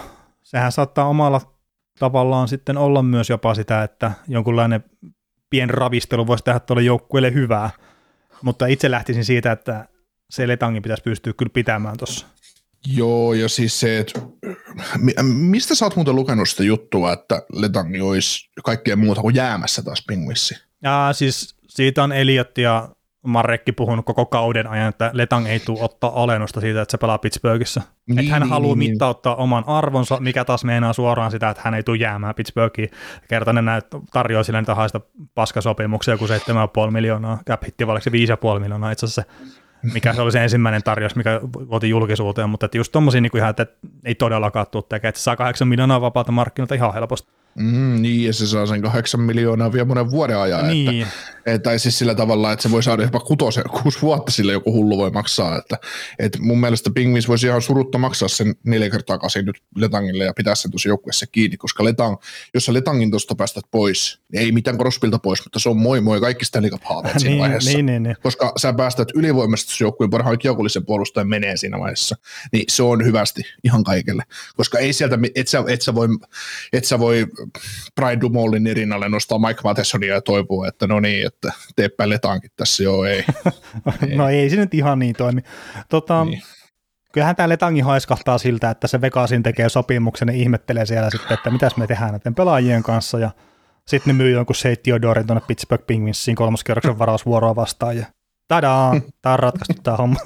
sehän saattaa omalla tavallaan sitten olla myös jopa sitä, että jonkunlainen pien ravistelu voisi tehdä tuolle joukkueelle hyvää, mutta itse lähtisin siitä, että se Letangin pitäisi pystyä kyllä pitämään tuossa. Joo, ja siis se, että mistä sä oot muuten lukenut sitä juttua, että Letangi olisi kaikkea muuta kuin jäämässä taas Penguinsiin? Ja siis siitä on Elliot ja Marrekki puhunut koko kauden ajan, että Letang ei tule ottaa alennusta siitä, että se pelaa Pittsburghissa. Niin, että hän haluaa mittauttaa oman arvonsa, mikä taas meinaa suoraan sitä, että hän ei tule jäämään Pittsburghiin. Kertainen tarjoaa sille niitä haista paskasopimuksia, joku 7,5 miljoonaa, cap hitti valiksi 5,5 miljoonaa itse asiassa mikä se oli se ensimmäinen tarjous, mikä vuoti julkisuuteen, mutta että just tommosia niin ihan, että ei todellakaan tule tekemään, että se saa 8 miljoonaa vapaata markkinoilta ihan helposti. Niin, ja se saa sen 8 miljoonaa vielä monen vuoden ajan. Niin. Tai siis sillä tavalla, että se voi saada jopa 6 vuotta sille joku hullu voi maksaa. Että mun mielestä Penguins voisi ihan surutta maksaa sen 4 kertaa 8 nyt Letangille ja pitää sen tuossa joukkueessa kiinni, koska jos sä Letangin tuosta päästät pois, niin ei mitään Crosbylta pois, mutta se on moi kaikki Stanley Cup-haaveet siinä vaiheessa. Niin. Koska sä päästät ylivoimaisesti joukkueen parhaan kiekollisen puolustajan menee siinä vaiheessa, niin se on hyvästi ihan kaikille. Koska ei sieltä, et sä voi Brian Dumoulin rinnalle nostaa Mike Mathesonia ja toivoa, että no niin, että teepä Letankin tässä, joo ei. No ei se nyt ihan niin toimi. Niin. Kyllähän tämä Letangin haiskahtaa siltä, että se Vegasin tekee sopimuksen ja ihmettelee siellä sitten, että mitäs me tehdään näiden pelaajien kanssa ja sitten ne myy jonkun Shea Theodorin tuonne Pittsburgh Penguinsiin 3. kierroksen varausvuoroa vastaan ja tadaa, tämä on ratkaistu tämä homma.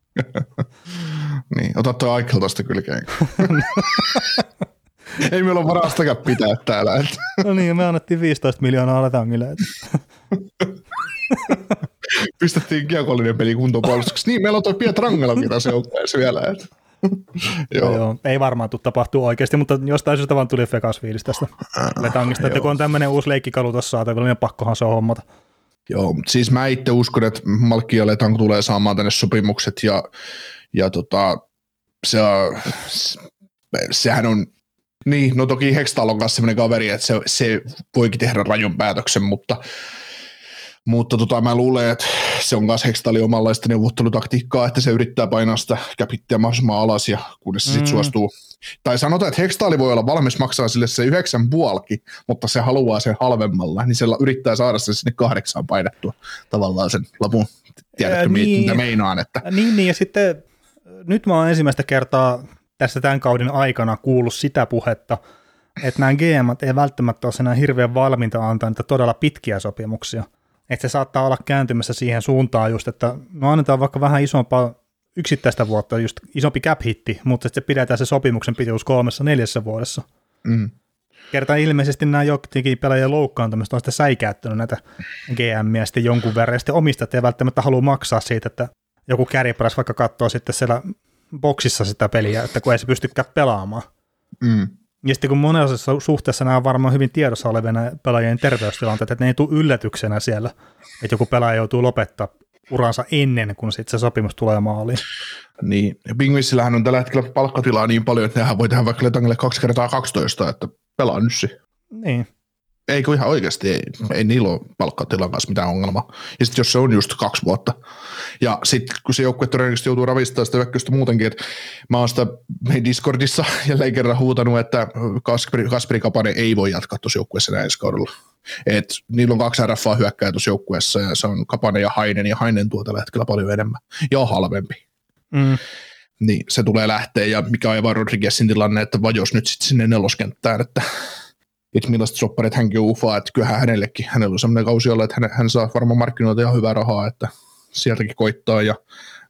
Niin, ota tuo Aikel tuosta kylkeen. Ei meillä ole varaa sitäkään pitää täällä. No niin, me annettiin 15 miljoonaa Letangille. Pistettiin kiekollinen peli kuntoon puolustuksessa. Niin, meillä on tuo Pietrangelakin tässä joukkueessa vielä. Joo, ei varmaan tule tapahtua oikeasti, mutta jostain syystä vaan tuli Vegas-fiilis tästä Letangista, että kun on tämmöinen uusi leikkikalu tuossa saatavilla, niin pakkohan se on hommata. Joo, siis mä itse uskon, että Malkki ja Letang tulee saamaan tänne sopimukset ja sehän on niin, no toki Hextall on kanssa sellainen kaveri, että se voikin tehdä rajun päätöksen, mutta mä luulen, että se on myös Hextallin omanlaista neuvottelutaktiikkaa, että se yrittää painaa sitä capittia mahdollisimman alas ja kunnes se sitten suostuu. Tai sanotaan, että Hextall voi olla valmis maksaa sille se 9,5, mutta se haluaa sen halvemmalla, niin se yrittää saada sen sinne 8 painettua tavallaan sen lapun. Tiedätkö, mitä meinaan? Että Niin, ja sitten nyt mä oon ensimmäistä kertaa tässä tämän kauden aikana kuullut sitä puhetta, että nämä GM:t ei välttämättä ole enää hirveän valmiita antaa niitä todella pitkiä sopimuksia. Että se saattaa olla kääntymässä siihen suuntaan just, että no annetaan vaikka vähän isompaa yksittäistä vuotta, just isompi cap-hitti, mutta se pidetään se sopimuksen pituus 3-4 vuodessa. Kertaan ilmeisesti nämä jokin pelaajien loukkaantumista on sitten säikäyttänyt näitä GM:iä sitten jonkun verran, ja sitten omistajat ei välttämättä halua maksaa siitä, että joku kärjipäräs vaikka katsoo sitten siellä boksissa sitä peliä, että kun ei se pystykään pelaamaan. Ja sitten kun monessa suhteessa nämä on varmaan hyvin tiedossa olevina pelaajien terveystilanteet, että ne ei tule yllätyksenä siellä, että joku pelaaja joutuu lopettaa uransa ennen, kun sitten se sopimus tulee maaliin. Niin, ja Penguinsillähän on tällä hetkellä palkkatilaa niin paljon, että nehän voi tehdä vaikka Letangille 2 kertaa 12, että pelaa nyssi. Niin. Eikö ihan oikeasti, ei niillä ole palkkatilan kanssa mitään ongelmaa. Ja sitten jos se on just 2 vuotta. Ja sitten kun se joukkue todennäköisesti joutuu ravistamaan sitä hyökkäystä muutenkin, että mä oon sitä Discordissa jälleen kerran huutanut, että Kasperi Kapanen ei voi jatkaa tuossa joukkueessa näin ensi kaudella. Et niillä on 2 RFA hyökkääjää tuossa joukkueessa ja se on Kapanen ja Hainen tuo tällä hetkellä paljon enemmän ja on halvempi. Niin se tulee lähteä ja mikä on Evan Rodriguezin tilanne, että vajos nyt sitten sinne 4-kenttään, että millaiset sopparit hänkin ufaa, että kyllähän hänellä on sellainen kausi olla, että hän saa varmaan markkinoilta ihan hyvää rahaa, että sieltäkin koittaa ja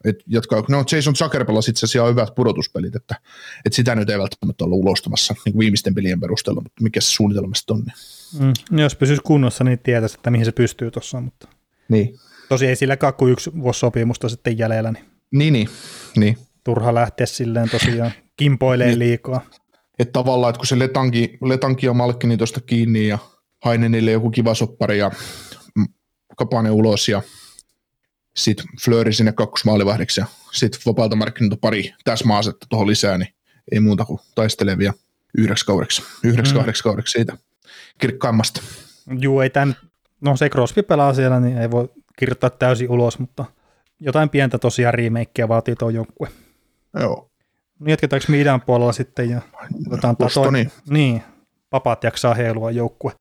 Jason Zucker pelasi itse asiassa hyvät pudotuspelit, että sitä nyt ei välttämättä olla ulostamassa niin viimeisten pelien perusteella, mutta mikä se suunnitelmasta on. Niin. Jos pysyisi kunnossa, niin tietäisi, että mihin se pystyy tuossa, mutta niin. Tosi ei silläkään kuin 1 vuosi sopimusta sitten jäljellä. Niin. Turha lähteä silleen tosiaan kimpoilee liikaa. Että tavallaan, että kun se Letanki ja Malkkini tuosta kiinni ja Hainenille joku kiva soppari ja Kapanen ulos ja sitten Fleury sinne 2 maalivahdiksi ja sitten vapaalta markkinoilta pari täsmäasetta tuohon lisää, niin ei muuta kuin taistelevia 9 kaudeksi siitä kirkkaimmasta. Juu, ei tämän, no se Crosby pelaa siellä, niin ei voi kirjoittaa täysin ulos, mutta jotain pientä tosiaan remakeä vaatii tuo joukkue. Joo. No jatketaanko me idän puolella sitten ja otetaan Bostoni. Niin, papat jaksaa heilua joukkue.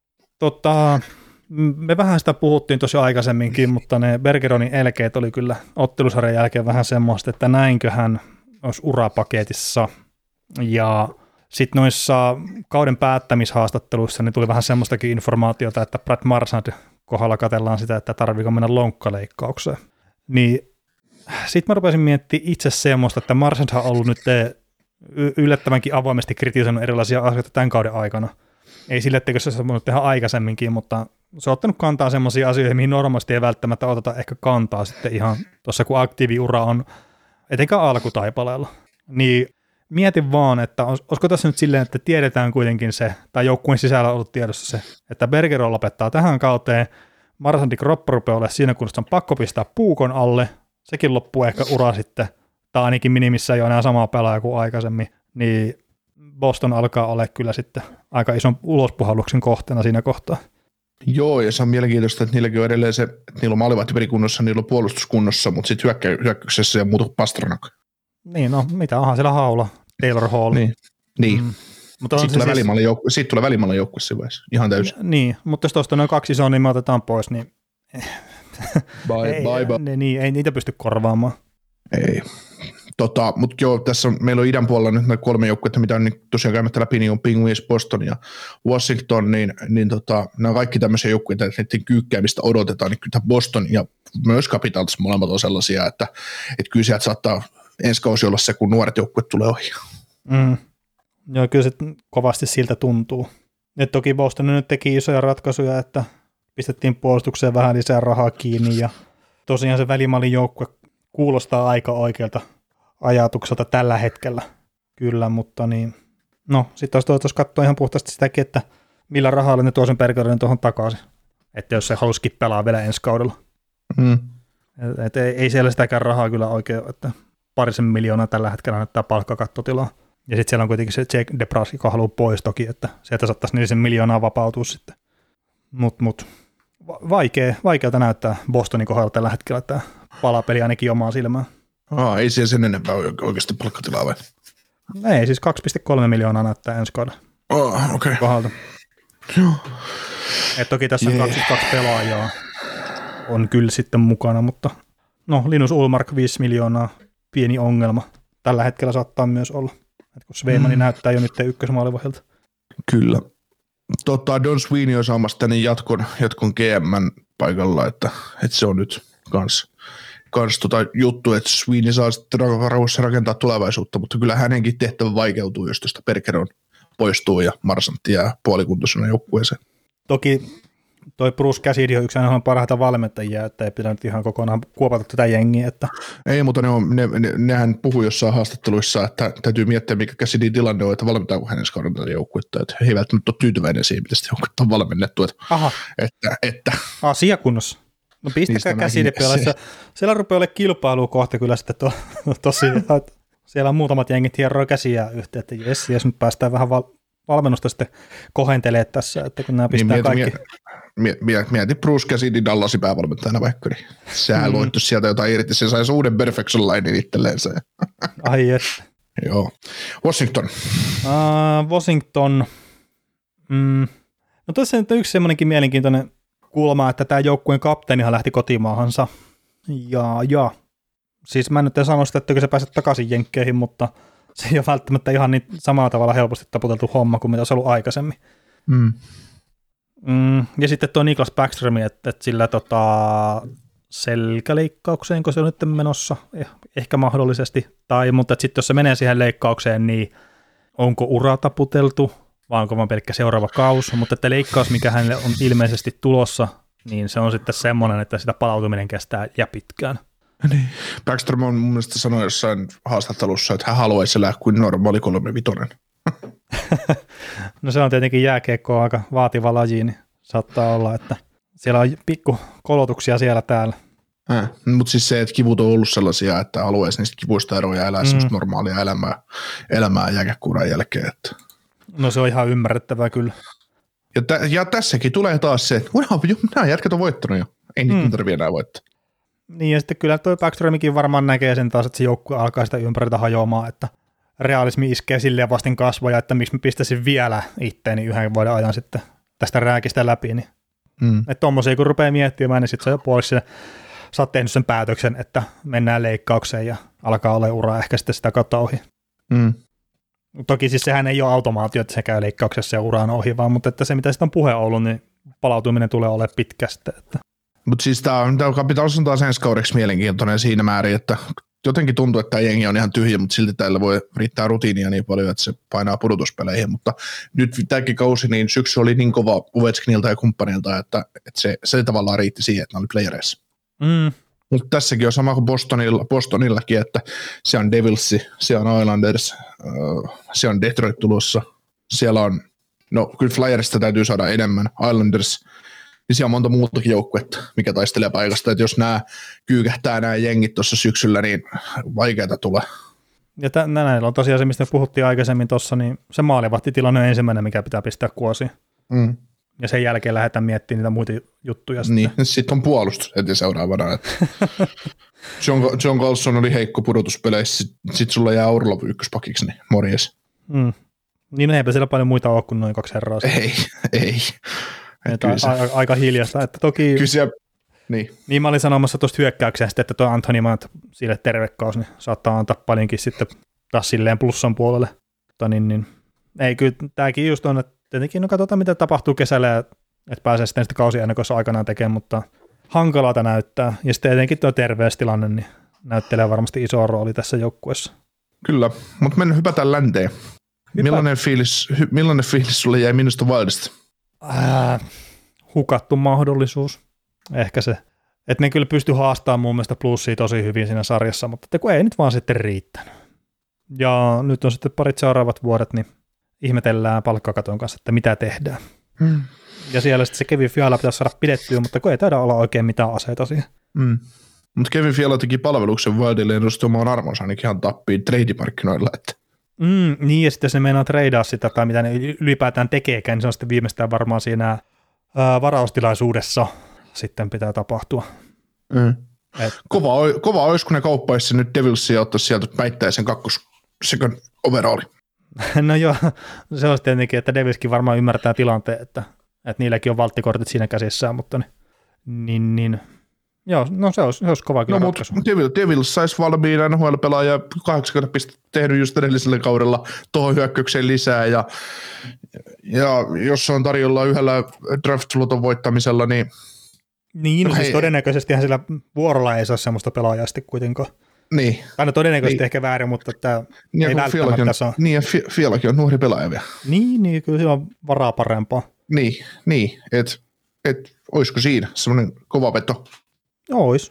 Me vähän sitä puhuttiin tosi aikaisemminkin, mutta ne Bergeronin elkeet oli kyllä ottelusarjan jälkeen vähän semmoista, että näinköhän olisi urapaketissa. Ja sitten noissa kauden päättämishaastatteluissa niin tuli vähän semmoistakin informaatiota, että Brad Marchand kohdalla katsellaan sitä, että tarviiko mennä lonkkaleikkaukseen. Niin sitten mä rupesin miettimään itse semmoista, että Marchandhan on ollut nyt yllättävänkin avoimesti kritisoinut erilaisia asioita tämän kauden aikana. Ei sille, etteikö se voinut tehdä aikaisemminkin, mutta se on ottanut kantaa semmoisia asioita, mihin normaalisti ei välttämättä oteta ehkä kantaa sitten ihan tuossa, kun aktiiviura on etenkään alkutaipaleella. Niin mietin vaan, että olisiko tässä nyt silleen, että tiedetään kuitenkin se, tai joukkueen sisällä on ollut tiedossa se, että Bergeron lopettaa tähän kauteen, Marchandin kroppa rupeaa olemaan siinä, kun on pakko pistää puukon alle, sekin loppuu ehkä ura sitten, tai ainakin minimissä ei ole enää samaa pelaajaa kuin aikaisemmin, niin Boston alkaa olla kyllä sitten aika ison ulospuhalluksen kohteena siinä kohtaa. Joo, ja se on mielenkiintoista, että niilläkin on edelleen se, että niillä on maalivahtipärikunnossa, niillä on puolustuskunnossa, mutta sitten hyökkäyksessä ja muuta Pastrnak. Niin, no mitä onhan siellä haula, Taylor Hall. Niin. Mutta sitten tulee välimallin joukkue siinä vaiheessa, ihan täysin. Niin, mutta jos tuosta noin 2 isoa, niin me otetaan pois, niin Bye. Niin, ei niitä pysty korvaamaan. Ei. Mutta joo, tässä meillä on idän puolella nyt nämä 3 joukkuetta, mitä on niin tosiaan käymättä läpi, niin on Penguins, Boston ja Washington, niin nämä on kaikki tämmöisiä joukkueita, että niiden kyykkäämistä odotetaan, niin kyllä Boston ja myös Capitals molemmat on sellaisia, että kyllä sieltä saattaa ensi kausi olla se, kun nuoret joukkueet tulee ohi. Joo, kyllä se kovasti siltä tuntuu. Et toki Boston nyt teki isoja ratkaisuja, että pistettiin puolustukseen vähän lisää rahaa kiinni, ja tosiaan se välimallin joukkue kuulostaa aika oikealta ajatukselta tällä hetkellä, kyllä, mutta niin, no sitten taas katsoa ihan puhtaasti sitäkin, että millä rahalla ne tuo sen Bergeronin tuohon takaisin, että jos se halusikin pelaa vielä ensi kaudella. Et ei siellä sitäkään rahaa kyllä oikein, että 2 miljoonaa tällä hetkellä näyttää palkkakattotilaa, ja sitten siellä on kuitenkin se Jake DeBrusk, joka haluaa pois toki, että sieltä saattaisi 4 miljoonaa vapautua sitten, mutta vaikealta näyttää Bostonin kohdalla tällä hetkellä tämä palapeli ainakin omaan silmään. Ei siellä sen enempää oikeasti palkkatilaa vai? Ei, siis 2,3 miljoonaa näyttää ensi kaudella. Okei. Kohdalta. Et toki tässä on 22 pelaajaa on kyllä sitten mukana, mutta no Linus Ullmark 5 miljoonaa, pieni ongelma. Tällä hetkellä saattaa myös olla, et kun Sveimani näyttää jo nyt ykkösmaalivahilta. Kyllä. Don Sweeney on saamassa tänne jatkon GM:n paikalla, että se on nyt kans juttu, että Sweeney saa sitten rauhassa rakentaa tulevaisuutta, mutta kyllä hänenkin tehtävä vaikeutuu, jos tuosta Bergeron poistuu ja Marchand jää puolikuntoisena joukkueeseen. Toki toi Bruce Cassidy on yksi aina parhaita valmentajia, että ei pitänyt ihan kokonaan kuopata tätä jengiä. Että ei, mutta nehän puhui jossain haastatteluissa, että täytyy miettiä, mikä Cassidyn tilanne on, että valmentaako hänen skauden tätä joukkuetta. Että he eivät välttämättä ole tyytyväinen siihen, miten sitä joukkuetta on valmennettu. Että asia kunnossa. No pistäkää Cassidy pelassa. Siellä rupeaa olemaan kilpailua kohta kyllä sitten tosiaan. Siellä on muutamat jengit hieroi käsiä yhteen, että jes, nyt päästään vähän valmennusta sitten kohentelemaan tässä, että kun nämä pistää kaikki. Mieti Bruce Cassidy Dallasin päävalmentajana vaikka, niin sehän loittu sieltä jotain irti, se saisi uuden perfection linein itselleensä. Ai et. Joo. Washington. Washington. No tuossa nyt on yksi semmoinenkin mielenkiintoinen kulma, että tämä joukkueen kapteenihan lähti kotimaahansa. Ja siis mä nyt en sano sitä, että se pääset takaisin jenkkeihin, mutta se ei ole välttämättä ihan niin samalla tavalla helposti taputeltu homma kuin mitä se on ollut aikaisemmin. Ja sitten tuo Niklas Backstrom, että sillä selkäleikkaukseen, kun se on nyt menossa, ehkä mahdollisesti, mutta sitten jos se menee siihen leikkaukseen, niin onko ura taputeltu, vai onko vaan pelkkä seuraava kausi, mutta että leikkaus, mikä hänelle on ilmeisesti tulossa, niin se on sitten semmoinen, että sitä palautuminen kestää ja pitkään. Niin. Backstrom on mun mielestä sanonut jossain haastattelussa, että hän haluaisi elää kuin normaali 3-5. No se on tietenkin jääkiekkoa aika vaativa laji, niin saattaa olla, että siellä on pikku kolotuksia siellä täällä. Mutta siis se, että kivut on ollut sellaisia, että haluaisi niistä kivuista eroja elää semmoista normaalia elämää jääkiekkuuran jälkeen. Että. No se on ihan ymmärrettävää kyllä. Ja tässäkin tulee taas se, että nämä jätkät on voittanut jo, ei niitä tarvitse enää voittaa. Niin ja sitten kyllä toi Backstromikin varmaan näkee sen taas, että se joukkue alkaa sitä ympäriltä hajoamaan, että realismi iskee silleen vastin kasvoja, että miksi mä pistäisin vielä itteeni yhden vuoden ajan sitten tästä rääkistä läpi. Niin. Että tommosia kun rupeaa miettimään, niin sitten se on jo puoliksi sä oot tehnyt sen päätöksen, että mennään leikkaukseen ja alkaa olla ura ehkä sitten sitä kautta ohi. Toki siis sehän ei ole automaatio, että se käy leikkauksessa ja ura on ohi, vaan mutta että se mitä sitten on puhe ollut, niin palautuminen tulee olemaan pitkä sitten. Mutta siis tämä Capitals on taas ensi kaudeksi mielenkiintoinen siinä määrin, että jotenkin tuntuu, että tämä jengi on ihan tyhjä, mutta silti täällä voi riittää rutiinia niin paljon, että se painaa pudotuspeleihin, mutta nyt tämäkin kausi, niin syksy oli niin kova Ovechkinilta ja kumppanilta, että se tavallaan riitti siihen, että ne oli playereissa. Mutta tässäkin on sama kuin Bostonillakin, että se on Devilsi, se on Islanders, se on Detroit tulossa, siellä on, no kyllä Flyerista täytyy saada enemmän, Islanders, niin siellä on monta muutakin joukkuetta, mikä taistelee paikasta, että jos nämä kyykähtää nämä jengit tuossa syksyllä, niin vaikeata tulee. Ja näillä on tosiaan se, mistä puhuttiin aikaisemmin tuossa, niin se maalivahtitilanne on ensimmäinen, mikä pitää pistää kuosiin. Ja sen jälkeen lähdetään miettimään niitä muita juttuja. Niin, sitten on puolustus heti seuraavana. Että John Carlson oli heikko pudotuspeleissä, sitten sulla jää Orlov ykköspakiksi, niin morjes. Niin eipä siellä paljon muita ole kuin noin 2 herraa. Ei. Aika hiljasta. Että toki, niin mä olin sanomassa tuosta hyökkäyksestä, että tuo Anthony Maat sille tervekaus, niin saattaa antaa paljonkin sitten taas silleen plussan puolelle. Niin. Ei, kyllä tämäkin just on, että tietenkin no katsotaan, mitä tapahtuu kesällä, että pääsee sitten kausiennakossa aikanaan tekemään, mutta hankalalta näyttää. Ja sitten tietenkin tuo terveystilanne niin näyttelee varmasti iso rooli tässä joukkueessa. Kyllä, mutta mennään hypätään länteen. Millainen fiilis sulle jäi Minnesota Wildista? Hukattu mahdollisuus. Ehkä se. Että ne kyllä pysty haastamaan mun mielestä plussia tosi hyvin siinä sarjassa, mutta kun ei nyt vaan sitten riittänyt. Ja nyt on sitten parit seuraavat vuodet, niin ihmetellään palkkakaton kanssa, että mitä tehdään. Ja siellä sitten se Kevin Fiala pitäisi saada pidettyä, mutta kun ei taida olla oikein mitään aseita siihen. Mutta Kevin Fiala teki palveluksen Wildille ja nosti omaan arvonsa ainakin ihan tappiin trade-markkinoilla. Niin, ja sitten jos ne meinaa treidaa sitä, tai mitä ne ylipäätään tekeekään, niin se on sitten viimeistään varmaan siinä varaustilaisuudessa sitten pitää tapahtua. Kova olisi, kun ne kauppaisi nyt Devilsia ja ottaisi sieltä päittäisen second overalli. No joo, se olisi tietenkin, että Devilskin varmaan ymmärtää tilanteen, että niilläkin on valttikortit siinä käsissään, mutta niin. Joo, no se olisi kova kyllä ratkaisu. Devils saisi valmiin NHL-pelaaja 80 pistettä tehnyt just edellisellä kaudella tuohon hyökkäykseen lisää, ja jos se on tarjolla yhdellä draft-luoton voittamisella, niin... Niin, siis todennäköisestihän sillä vuorolla ei saa semmoista pelaajaa sitten kuitenkaan. Niin. Aina todennäköisesti ehkä väärin, mutta tämä ei välttämättä saa. Niin, ja Fialakin on nuori pelaaja vielä. Niin, kyllä sillä on varaa parempaa. Niin, että olisiko siinä semmoinen kova veto? Ois.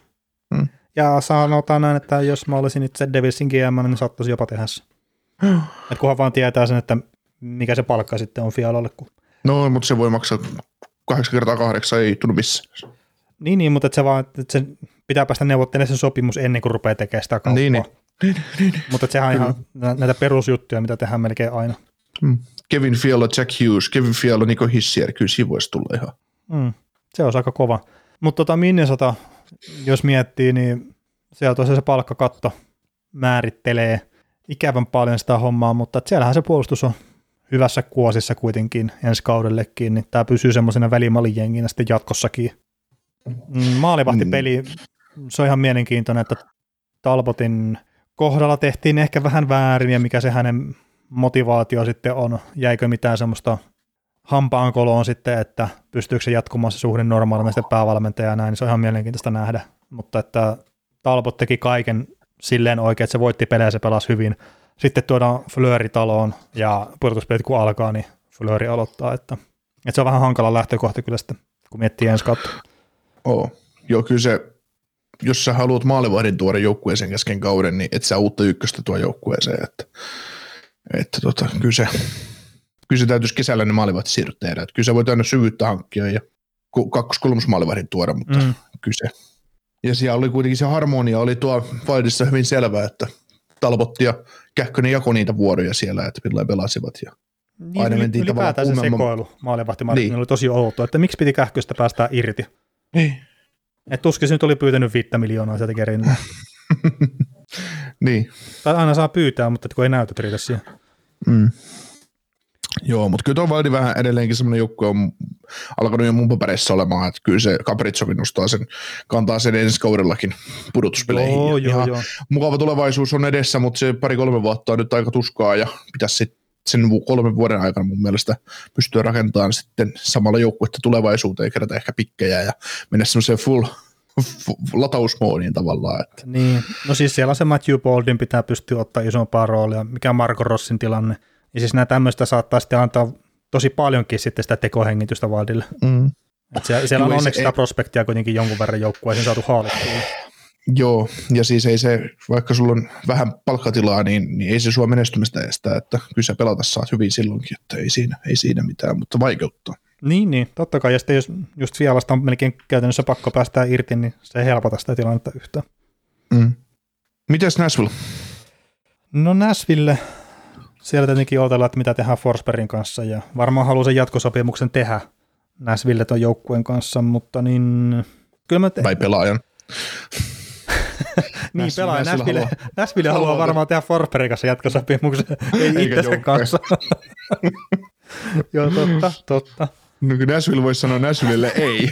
Ja sanotaan näin, että jos mä olisin itse Devilsin GM, niin saattaisi jopa tehdä se. Että kunhan vaan tietää sen, että mikä se palkka sitten on Fialalle. No, mutta se voi maksaa 8x8, ei tunnu missään. Niin, mutta se vaan, että se pitää päästä neuvottelemaan sen sopimus ennen kuin rupeaa tekemään sitä kauppaa. Niin. Mutta sehän on ihan näitä perusjuttuja, mitä tehdään melkein aina. Kevin Fiala, Jack Hughes, Kevin Fiala, Nico Hischier, kyllä siinä voisi tulla ihan. Se on aika kova. Mutta Minnesota, jos miettii, niin siellä tosiaan se palkkakatto määrittelee ikävän paljon sitä hommaa, mutta siellähän se puolustus on hyvässä kuosissa kuitenkin ensi kaudellekin, niin tämä pysyy semmoisena välimallijenginä sitten jatkossakin. Maalivahtipeli, se on ihan mielenkiintoinen, että Talbotin kohdalla tehtiin ehkä vähän väärin, ja mikä se hänen motivaatio sitten on, jäikö mitään semmoista hampaankoloon sitten, että pystyykö se jatkumaan se suhde normaalina sitten päävalmentaja ja näin, niin se on ihan mielenkiintoista nähdä, mutta että Talbot teki kaiken silleen oikein, että se voitti pelejä, se pelasi hyvin. Sitten tuodaan Fleury taloon ja pudotuspelit kun alkaa, niin Fleury aloittaa, että se on vähän hankala lähtökohta kyllä sitten, kun miettii ensi kautta. Joo, kyllä se, jos sä haluat maalivahdin tuoda joukkueeseen kesken kauden, niin et sä uutta ykköstä tuo joukkueeseen, että kyllä se täytyisi kesällä ne maalivahti siirryt tehdä, että kyllä sä voit aina syvyyttä hankkia ja 2-3 maalivahdin tuoda, mutta kyllä se. Ja siellä oli kuitenkin se harmonia, oli tuo Wildissa hyvin selvä, että Talbot ja Kähkönen jakoi niitä vuoroja siellä, että millain pelasivat. Ja niin, aina mentiin ylipäätään se sekoilu maalivahtimarkkinoilla niin. Oli tosi outoa, että miksi piti Kähköstä päästää irti. Niin. Että tuskin se nyt oli pyytänyt 5 miljoonaa sieltä kerinää. Niin. Tai aina saa pyytää, mutta kun ei näytöt riitä siihen. Joo, mutta kyllä tuo Wildi vähän edelleenkin semmoinen joukkue on alkanut jo mun papereissa olemaan, että kyllä se Kaprizov kantaa sen ensi kaudellakin pudotuspeleihin. Joo. Mukava tulevaisuus on edessä, mutta se 2-3 vuotta on nyt aika tuskaa ja pitäisi sitten sen 3 vuoden aikana mun mielestä pystyä rakentamaan sitten samalla joukkuetta tulevaisuuteen, kerätä ehkä pikkejä ja mennä semmoiseen full latausmoodiin tavallaan. Että. Niin, no siis siellä se Matthew Baldin pitää pystyä ottaa isompaa roolia, mikä on Marco Rossin tilanne. Ja siis nämä tämmöistä saattaa sitten antaa tosi paljonkin sitten sitä tekohengitystä Wildille. Siellä on onneksi sitä prospektia kuitenkin jonkun verran joukkueeseen saatu haalittua. Joo, ja siis ei se, vaikka sulla on vähän palkkatilaa, niin ei se sua menestymistä estä, että kyllä sä pelata saat hyvin silloinkin, että ei siinä mitään, mutta vaikeuttaa. Niin, totta kai, ja sitten jos just Fialasta on melkein käytännössä pakko päästää irti, niin se ei helpota sitä tilannetta yhtään. Mites Nashville? No Nashville, siellä tietenkin odotellaan, että mitä tehdään Forsbergin kanssa, ja varmaan haluaa sen jatkosopimuksen tehdä Nashville ton joukkueen kanssa, mutta niin... Kyllä vai pelaajan. Niin, pelaaja. Nashville haluaa varmaan tehdä Forsbergin kanssa jatkosopimuksen, ei itsensä kanssa. Joo, totta. No kun Nashville voisi sanoa Nashvillelle ei.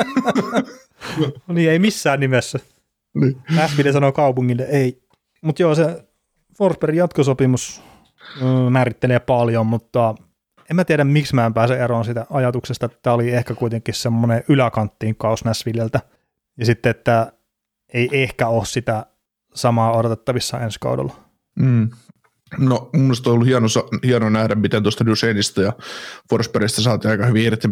Niin, ei missään nimessä. Niin. Nashville sanoo kaupungille ei. Mutta joo, se Forsbergin jatkosopimus määrittelee paljon, mutta en mä tiedä, miksi mä en pääse eroon sitä ajatuksesta, että tämä oli ehkä kuitenkin semmoinen yläkanttiin kaus Nashvilleltä. Ja sitten, että ei ehkä ole sitä samaa odotettavissa ensi kaudella. No mun mielestä on ollut hieno nähdä, miten tuosta Duchenista ja Forsbergista saatiin aika hyvin irti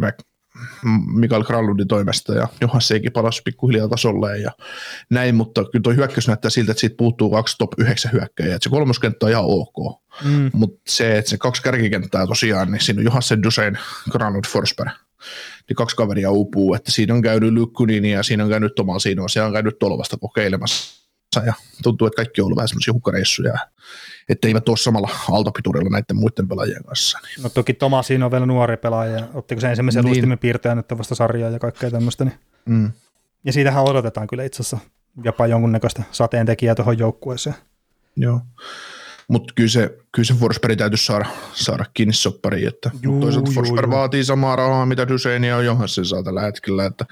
Mikael Granlundin toimesta ja Johansenkin palasi pikkuhiljaa tasolle ja näin, mutta kyllä tuo hyökkäys näyttää siltä, että siitä puuttuu 2 top 9 hyökkäjää, että se kolmoskenttä on ihan ok, mutta se, että se 2 kärkikenttää tosiaan, niin siinä on Johansen, Duchene, Granlund, Forsberg, niin 2 kaveria uupuu, että siinä on käynyt Lykkunin ja siinä on käynyt Tomasino, siellä on käynyt Tolvasta kokeilemassa ja tuntuu, että kaikki on ollut vähän semmoisia hukkareissuja, että eivät ole samalla aaltopiturilla näiden muiden pelaajien kanssa. No toki Tomasino on vielä nuori pelaaja, ottiko se ensimmäisen luistimen piirtäjän nyt vasta sarjaa ja kaikkea tämmöistä. Niin. Ja siitähän odotetaan kyllä itse asiassa jopa jonkunnäköistä sateentekijää tuohon joukkueeseen. Joo, mutta kyllä se Forsberg täytyisi saada kiinni soppariin, että toisaalta Forsberg vaatii samaa rahaa, mitä Duchene ja Johansson saa tällä hetkellä, että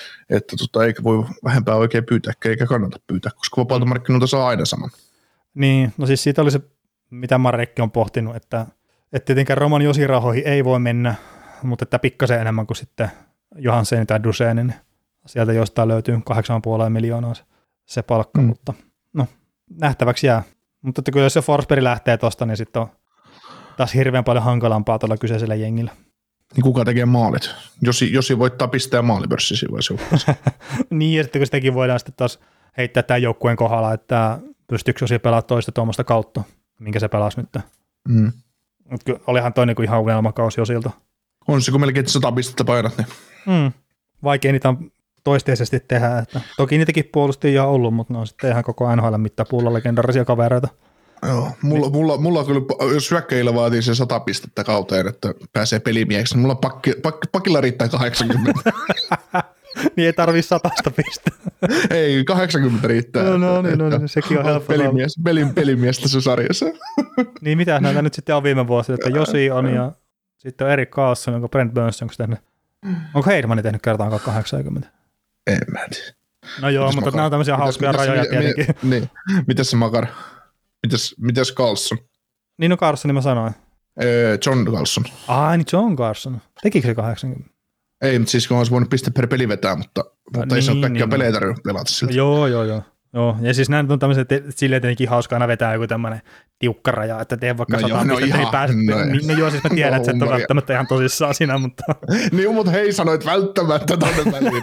eikä voi vähempää oikein pyytää, eikä kannata pyytää, koska vapaalta markkinoilta saa aina saman. Niin, no siis siitä oli se, mitä Marekki on pohtinut, että tietenkään Roman Josirahoihin ei voi mennä, mutta että pikkasen enemmän kuin sitten Johansson tai Duchene, niin sieltä jostain löytyy 8,5 miljoonaa se palkka, mutta no nähtäväksi jää. Mutta että kyllä jos se Forsberg lähtee tosta, niin sitten on taas hirveän paljon hankalampaa tuolla kyseisellä jengillä. Niin kuka tekee maalit? Josi voittaa pistää maalipörssissä vai se? Niin, ja sitten kun sitäkin voidaan sitten taas heittää tämän joukkueen kohdalla, että pystyykö Josi pelaamaan toista tuommoista kautta, minkä se pelasi nyt. Mutta olihan toi niinku ihan unelmakausi Josilta. On se, kun melkein 100 pistettä painat. Niin. Vaikea niitä on toisteisesti tehdä. Että toki niitäkin puolustajia on ollut, mutta ne on sitten ihan koko NHL mittapuulla legendaarisia kavereita. Joo, mulla kyllä, jos hyökkäjillä vaatii se 100 pistettä kauteen, että pääsee pelimieheksi, niin mulla pakilla riittää 80. Niin ei tarvii 100 pistettä. Ei, 80 riittää. No niin, sekin on helppo. Pelimies tässä sarjassa. Niin mitä näitä nyt sitten on viime vuosina, että Josi on ja sitten on Erik Karlsson, onko Brent Burns, onko Heidmani tehnyt kertaan 80? En mä tiedä. No joo, mutta nämä on tämmöisiä hauskoja rajoja tietenkin. Niin. Mitäs se Makar? Mitäs Carlson? Niin no Carlson, mä sanoin. John Carlson. Niin John Carlson. Tekikö se 80? Ei, mutta siis kun olisi voinut piste per peli vetää, mutta ei se ole kaikkia pelejä tarvitse pelata siltä. Joo. Ja siis näin on tämmöiset, silleen tietenkin hauska aina vetää joku tämmöinen tiukka raja, että tee vaikka 100 pistettä, ei pääse. No joo, siis mä tiedän, että se et ole välttämättä ihan tosissaan siinä, mutta... Niin, mutta hei sanoit välttämättä tonne väliin.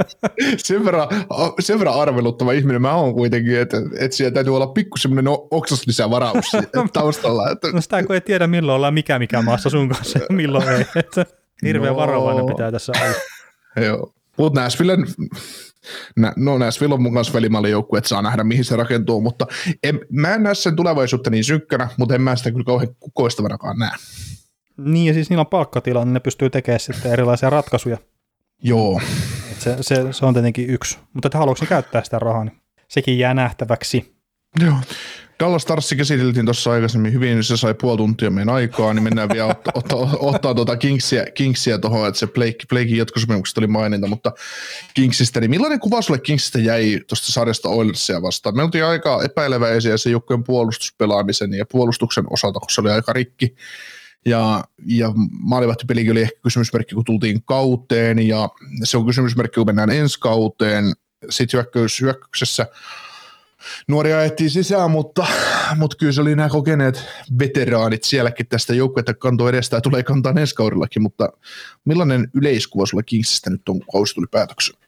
Sen verran arveluttava ihminen mä oon kuitenkin, että siellä täytyy olla pikku semmoinen oksaslisävaraus taustalla. Että... No sitä kun ei tiedä milloin ollaan mikä maassa sun kanssa, milloin ei. Hirveän varovainen pitää tässä olla. Joo, mutta Nashville on mun kanssa välimallin että saa nähdä, mihin se rakentuu, mutta mä en näe sen tulevaisuutta niin synkkänä, mutta en mä sitä kyllä kauhean kukoistavanakaan näe. Niin, ja siis niillä on palkkatila, niin ne pystyy tekemään sitten erilaisia ratkaisuja. Joo. Se on tietenkin yksi, mutta että haluatko käyttää sitä rahaa, niin sekin jää nähtäväksi. Joo. Dallas Stars käsiteltiin tuossa aikaisemmin hyvin, se sai puoli tuntia meidän aikaa, niin mennään vielä ottaa Kingsia tuohon, että se Blakein jatkosopimuksesta oli maininta, mutta Kingsistä, niin millainen kuva sulle Kingsistä jäi tuosta sarjasta Oilersia vastaan? Me oltiin aika epäileväisiä se joukkojen puolustuspelaamisen ja puolustuksen osalta, kun se oli aika rikki. Ja maalivahtipelikin oli ehkä kysymysmerkki, kun tultiin kauteen, ja se on kysymysmerkki, kun mennään ensi kauteen. Sitten hyökkäyksessä nuoria ajettiin sisään, mutta kyllä se oli nämä kokeneet veteraanit sielläkin tästä joukkuetta kantoi edestä ja tulee kantaa ensi kaudellakin, mutta millainen yleiskuva sulla Kingsistä nyt on, kun kausi tuli päätökseen?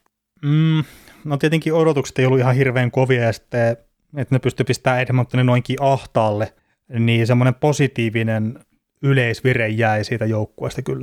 No tietenkin odotukset ei ollut ihan hirveän kovia, ja sitten, että ne pystyi pistämään Edmontonin noinkin ahtaalle, niin semmoinen positiivinen yleisvire jäi siitä joukkueesta kyllä.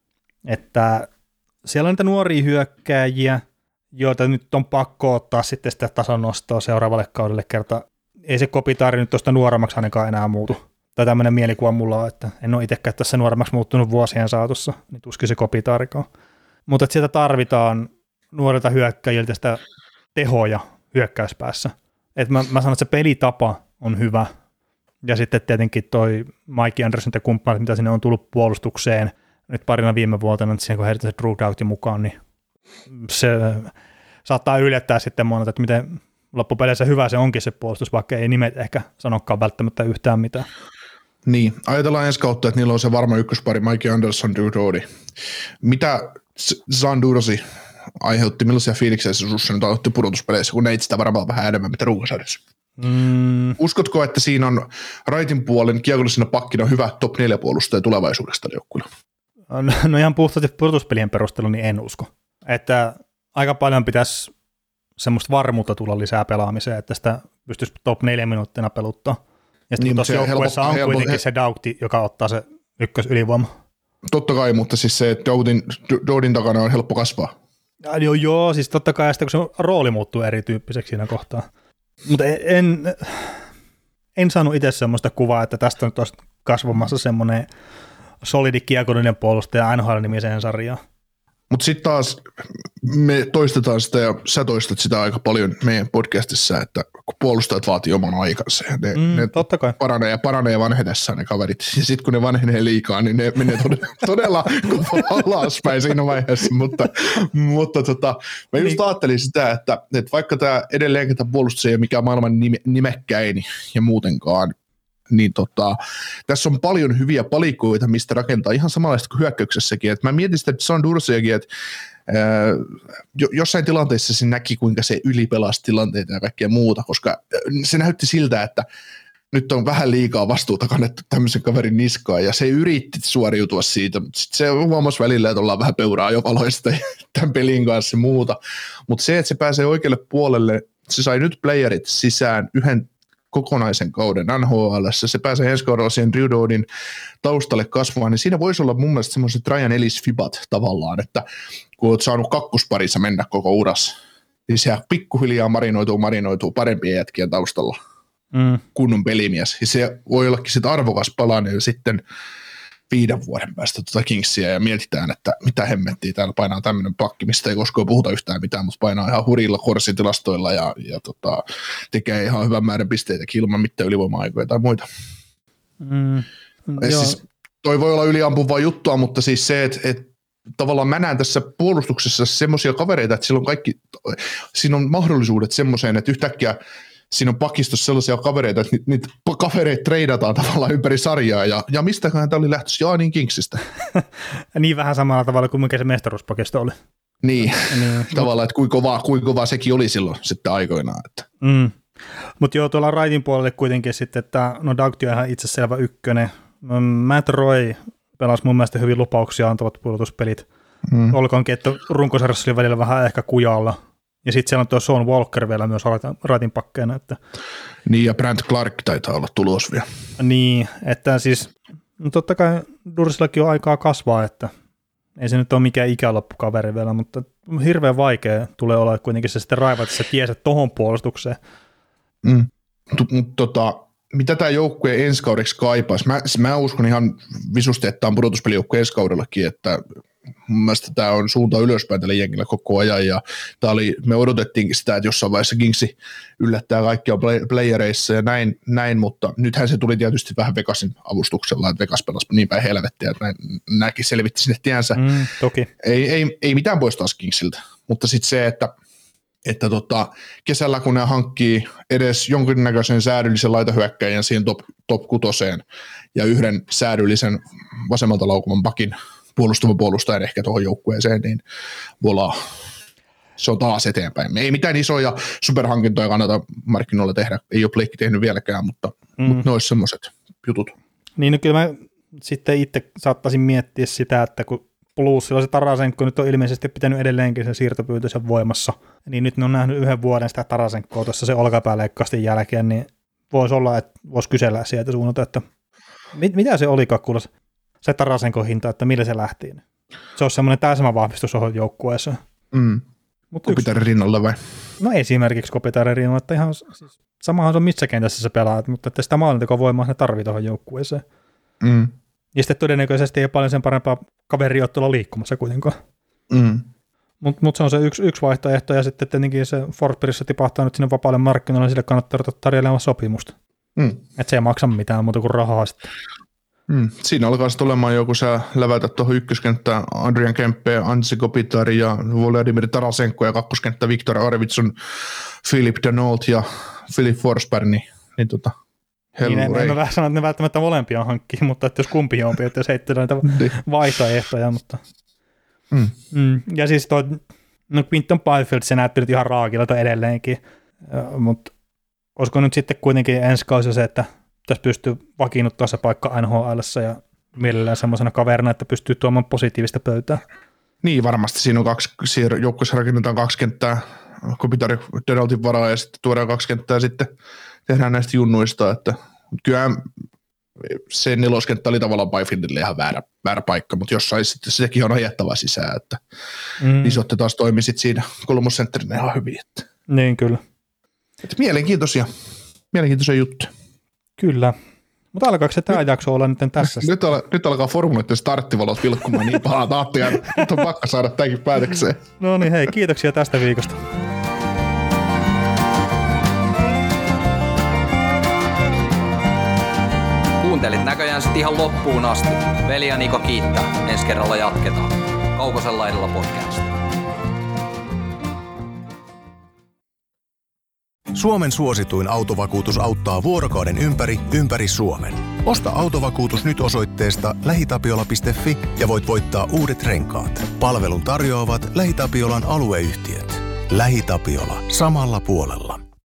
Että siellä on niitä nuoria hyökkääjiä, joita nyt on pakko ottaa sitten sitä tasannostoa seuraavalle kaudelle kerta. Ei se Kopitaari nyt tuosta nuoremmaksi ainakaan enää muutu. Tai tämmöinen mielikuva mulla on, että en ole itsekään tässä nuoremmaksi muuttunut vuosien saatossa, niin tuskin se Kopitaarikaan. Mutta sieltä tarvitaan nuorilta hyökkäjiltä sitä tehoja hyökkäyspäässä. Et mä sanon, että se pelitapa on hyvä. Ja sitten tietenkin toi Mike Anderson ja kumppanit, mitä sinne on tullut puolustukseen nyt parina viime vuotena, että siihen kun heitetään se Drew Doughty mukaan, niin se saattaa yllättää sitten monet, että miten loppupeleissä hyvä se onkin se puolustus, vaikka ei nimet ehkä sanokaan välttämättä yhtään mitään. Niin, ajatellaan ensi kautta, että niillä on se varma ykköspari Mike Anderson, Drew Doughty. Mitä Sandurosi aiheutti, millaisia fiiliksiä se sussa nyt aiheutti pudotuspeleissä, kun neit sitä varmaan vähän enemmän, mitä ruukasarjassa? Uskotko, että siinä on raitin puolen kiekollisena pakkina hyvä top 4 puolustaja tulevaisuudesta joukkueella? No ihan puhtaasti pudotuspelien perusteella, niin en usko. Että aika paljon pitäisi semmoista varmuutta tulla lisää pelaamiseen, että sitä pystyisi top 4 minuuttina peluttaa. Ja sitten niin, tuossa joukkueessa on kuitenkin se Doughty, joka ottaa se ykkösylivoima. Totta kai, mutta siis se, että Doughtyn takana on helppo kasvaa. Joo, siis totta kai, sitten kun se rooli muuttuu erityyppiseksi siinä kohtaa. Mutta en saanut itse semmoista kuvaa, että tästä nyt olisi kasvamassa semmoinen solidi kiekollinen puolustaja NHL-nimiseen sarjaan. Mutta sitten taas me toistetaan sitä, ja sä toistat sitä aika paljon meidän podcastissa, että kun puolustajat vaatii oman aikansa, ja ne totta kai paranee vanhetessaan ne kaverit, ja sitten kun ne vanhenee liikaa, niin ne menee todella alaspäin siinä vaiheessa, mutta mä just ajattelin sitä, että vaikka tämä edelleenkin tämä puolustus ei ole mikään maailman nimekkäin ja muutenkaan, niin tässä on paljon hyviä palikoita, mistä rakentaa ihan samanlaista kuin hyökkäyksessäkin. Et mä mietin sitä Sandursiakin, että jossain tilanteessa se näki, kuinka se ylipelasi tilanteita ja kaikkea muuta, koska se näytti siltä, että nyt on vähän liikaa vastuuta kannettu tämmöisen kaverin niskaan, ja se yritti suoriutua siitä, mutta sitten se huomasi välillä, että ollaan vähän peuraa jo valoista tämän pelin kanssa ja muuta. Mutta se, että se pääsee oikealle puolelle, se sai nyt playerit sisään yhden kokonaisen kauden NHL:ssä, se pääsee ensi kaudella siihen Drew Doughtyn taustalle kasvamaan, niin siinä voisi olla mun mielestä semmoiset Ryan Ellis-fibat tavallaan, että kun olet saanut kakkosparissa mennä koko uras, niin se pikkuhiljaa marinoituu parempien jätkien taustalla kunnon pelimies, ja se voi ollakin sitten arvokas palanen sitten 5 vuoden päästä Kingsia, ja mietitään, että mitä hemmettiä täällä painaa tämmöinen pakki, mistä ei koskaan puhuta yhtään mitään, mutta painaa ihan hurilla korssitilastoilla ja tekee ihan hyvän määrän pisteitäkin ilman mitään ylivoima-aikoja tai muita. Siis, toi voi olla yliampuvaa juttua, mutta siis se, että tavallaan mä näen tässä puolustuksessa semmoisia kavereita, että siinä on mahdollisuudet semmoiseen, että yhtäkkiä siinä on pakistossa sellaisia kavereita, että niitä kavereita treidataan tavallaan ympäri sarjaa, ja mistäköhän tämä oli lähtössä? Jaa, niin Kingsistä. Niin vähän samalla tavalla kuin mikä se mestaruuspakisto oli. Niin, tavallaan, että kuinka kovaa sekin oli silloin sitten aikoinaan. Mutta joo, tuolla raitin puolelle kuitenkin sitten, että no Doughty on ihan itseselvä ykkönen. Matt Roy pelasi mun mielestä hyvin lupauksia antavat pudotuspelit. Olkoonkin, että runkosarjassa oli välillä vähän ehkä kujalla. Ja sitten siellä on tuo Sean Walker vielä myös raitin pakkeena. Että niin, ja Brant Clark taitaa olla tulos vielä. Niin, että siis no totta kai Dursillakin on aikaa kasvaa, että ei se nyt ole mikään ikäloppukaveri vielä, mutta hirveän vaikea tulee olla kuitenkin se sitten raivata se tiesä tohon puolustukseen. mitä tämä joukkue ensi kaudeksi kaipaisi. Mä uskon ihan visusti, että tämä on pudotuspelijoukkue ensi kaudellakin, että mun mielestä tämä on suunta ylöspäin tälle jengillä koko ajan, ja me odotettiinkin sitä, että jossain vaiheessa Kingsi yllättää kaikkia playereissa ja näin, mutta nythän se tuli tietysti vähän Vegasin avustuksella, että Vegas pelasi niin päin helvettiä, että nämäkin selvitti sinne tiensä. Toki. Ei mitään pois taas Kingsiltä, mutta sitten se, että kesällä kun ne hankkii edes jonkinnäköisen säädyllisen laitahyökkäjän siihen top 6 ja yhden säädyllisen vasemmalta laukuvan pakin puolustava puolustajan ehkä tuohon joukkueeseen, niin voilà. Se on taas eteenpäin. Ei mitään isoja superhankintoja kannata markkinoilla tehdä. Ei ole Blake tehnyt vieläkään, mutta ne olisi semmoiset jutut. Niin, no kyllä mä sitten itse saattaisin miettiä sitä, että kun Bluesilla se Tarasenko nyt on ilmeisesti pitänyt edelleenkin sen siirtopyytösen voimassa, niin nyt ne on nähnyt 1 vuoden sitä Tarasenkoa tuossa se olkapääleikkausten jälkeen, niin voisi olla, että voisi kysellä sieltä suunnalta, että mitä se olikaan kuulla se Tarasenkon hinta, että millä se lähti. Se on semmoinen täsmä vahvistus ohon joukkueeseen. Kopitarin rinnalla vai? No esimerkiksi Kopitarin rinnalla, että ihan siis, samahan se on missä kentässä sä pelaat, mutta että sitä maalintekovoimaa ne tarvii tuohon joukkueeseen. Ja sitten todennäköisesti ei paljon sen parempaa kaveria ole tuolla liikkumassa kuitenkaan. Mutta se on se yksi vaihtoehto, ja sitten tietenkin se Forsbergissa tipahtaa nyt sinne vapaalle markkinoille, niin sille kannattaa tarjoilemaan sopimusta. Että se ei maksa mitään muuta kuin rahaa sitten. Siinä alkaa sitten olemaan joku, sä lävätät tuohon ykköskenttään Adrian Kempe, Antti Kopitari ja Volodymyr Tarasenko ja kakkoskenttä Viktor Arvidsson, Philip Danault ja Philip Forsberg, niin en mä vähän sano, että ne välttämättä molempia hankkii, mutta että jos kumpi on, että jos heittelee näitä vaihtoehtoja, mutta ja siis Quinton Byfield, se näytti nyt ihan raakilta edelleenkin, mutta olisiko nyt sitten kuitenkin ensi kausi se, että tässä pystyy vakiinnuttaa se paikka NHL:ssä ja mielellään semmoisena kaverina, että pystyy tuomaan positiivista pöytää. Niin, varmasti siinä on joukkueessa rakennetaan 2 kenttää Kopitari Danaultin varaa ja sitten tuodaan 2 kenttää ja sitten tehdään näistä junnuista, että kyllä se 4. oli tavallaan Byfieldille ihan väärä paikka, mutta jossain sitten sekin on ajettava sisään, että Isotte taas toimi sitten siinä kolmosentterinä ihan hyvin. Että. Niin, kyllä. Että mielenkiintoisia juttuja. Kyllä. Mutta alkaako se tämä jakso olla nyt tässä? Nyt alkaa formuloiden starttivalot vilkkumaan niin pahaa tahtia, nyt on pakko saada tämäkin päätökseen. No niin, hei, kiitoksia tästä viikosta. Kuuntelit näköjään sit ihan loppuun asti. Veli ja Niko kiittää. Ensi kerralla jatketaan. Kaukosen laidalla podcast. Suomen suosituin autovakuutus auttaa vuorokauden ympäri Suomen. Osta autovakuutus nyt osoitteesta lähitapiola.fi ja voit voittaa uudet renkaat. Palvelun tarjoavat LähiTapiolan alueyhtiöt. LähiTapiola. Samalla puolella.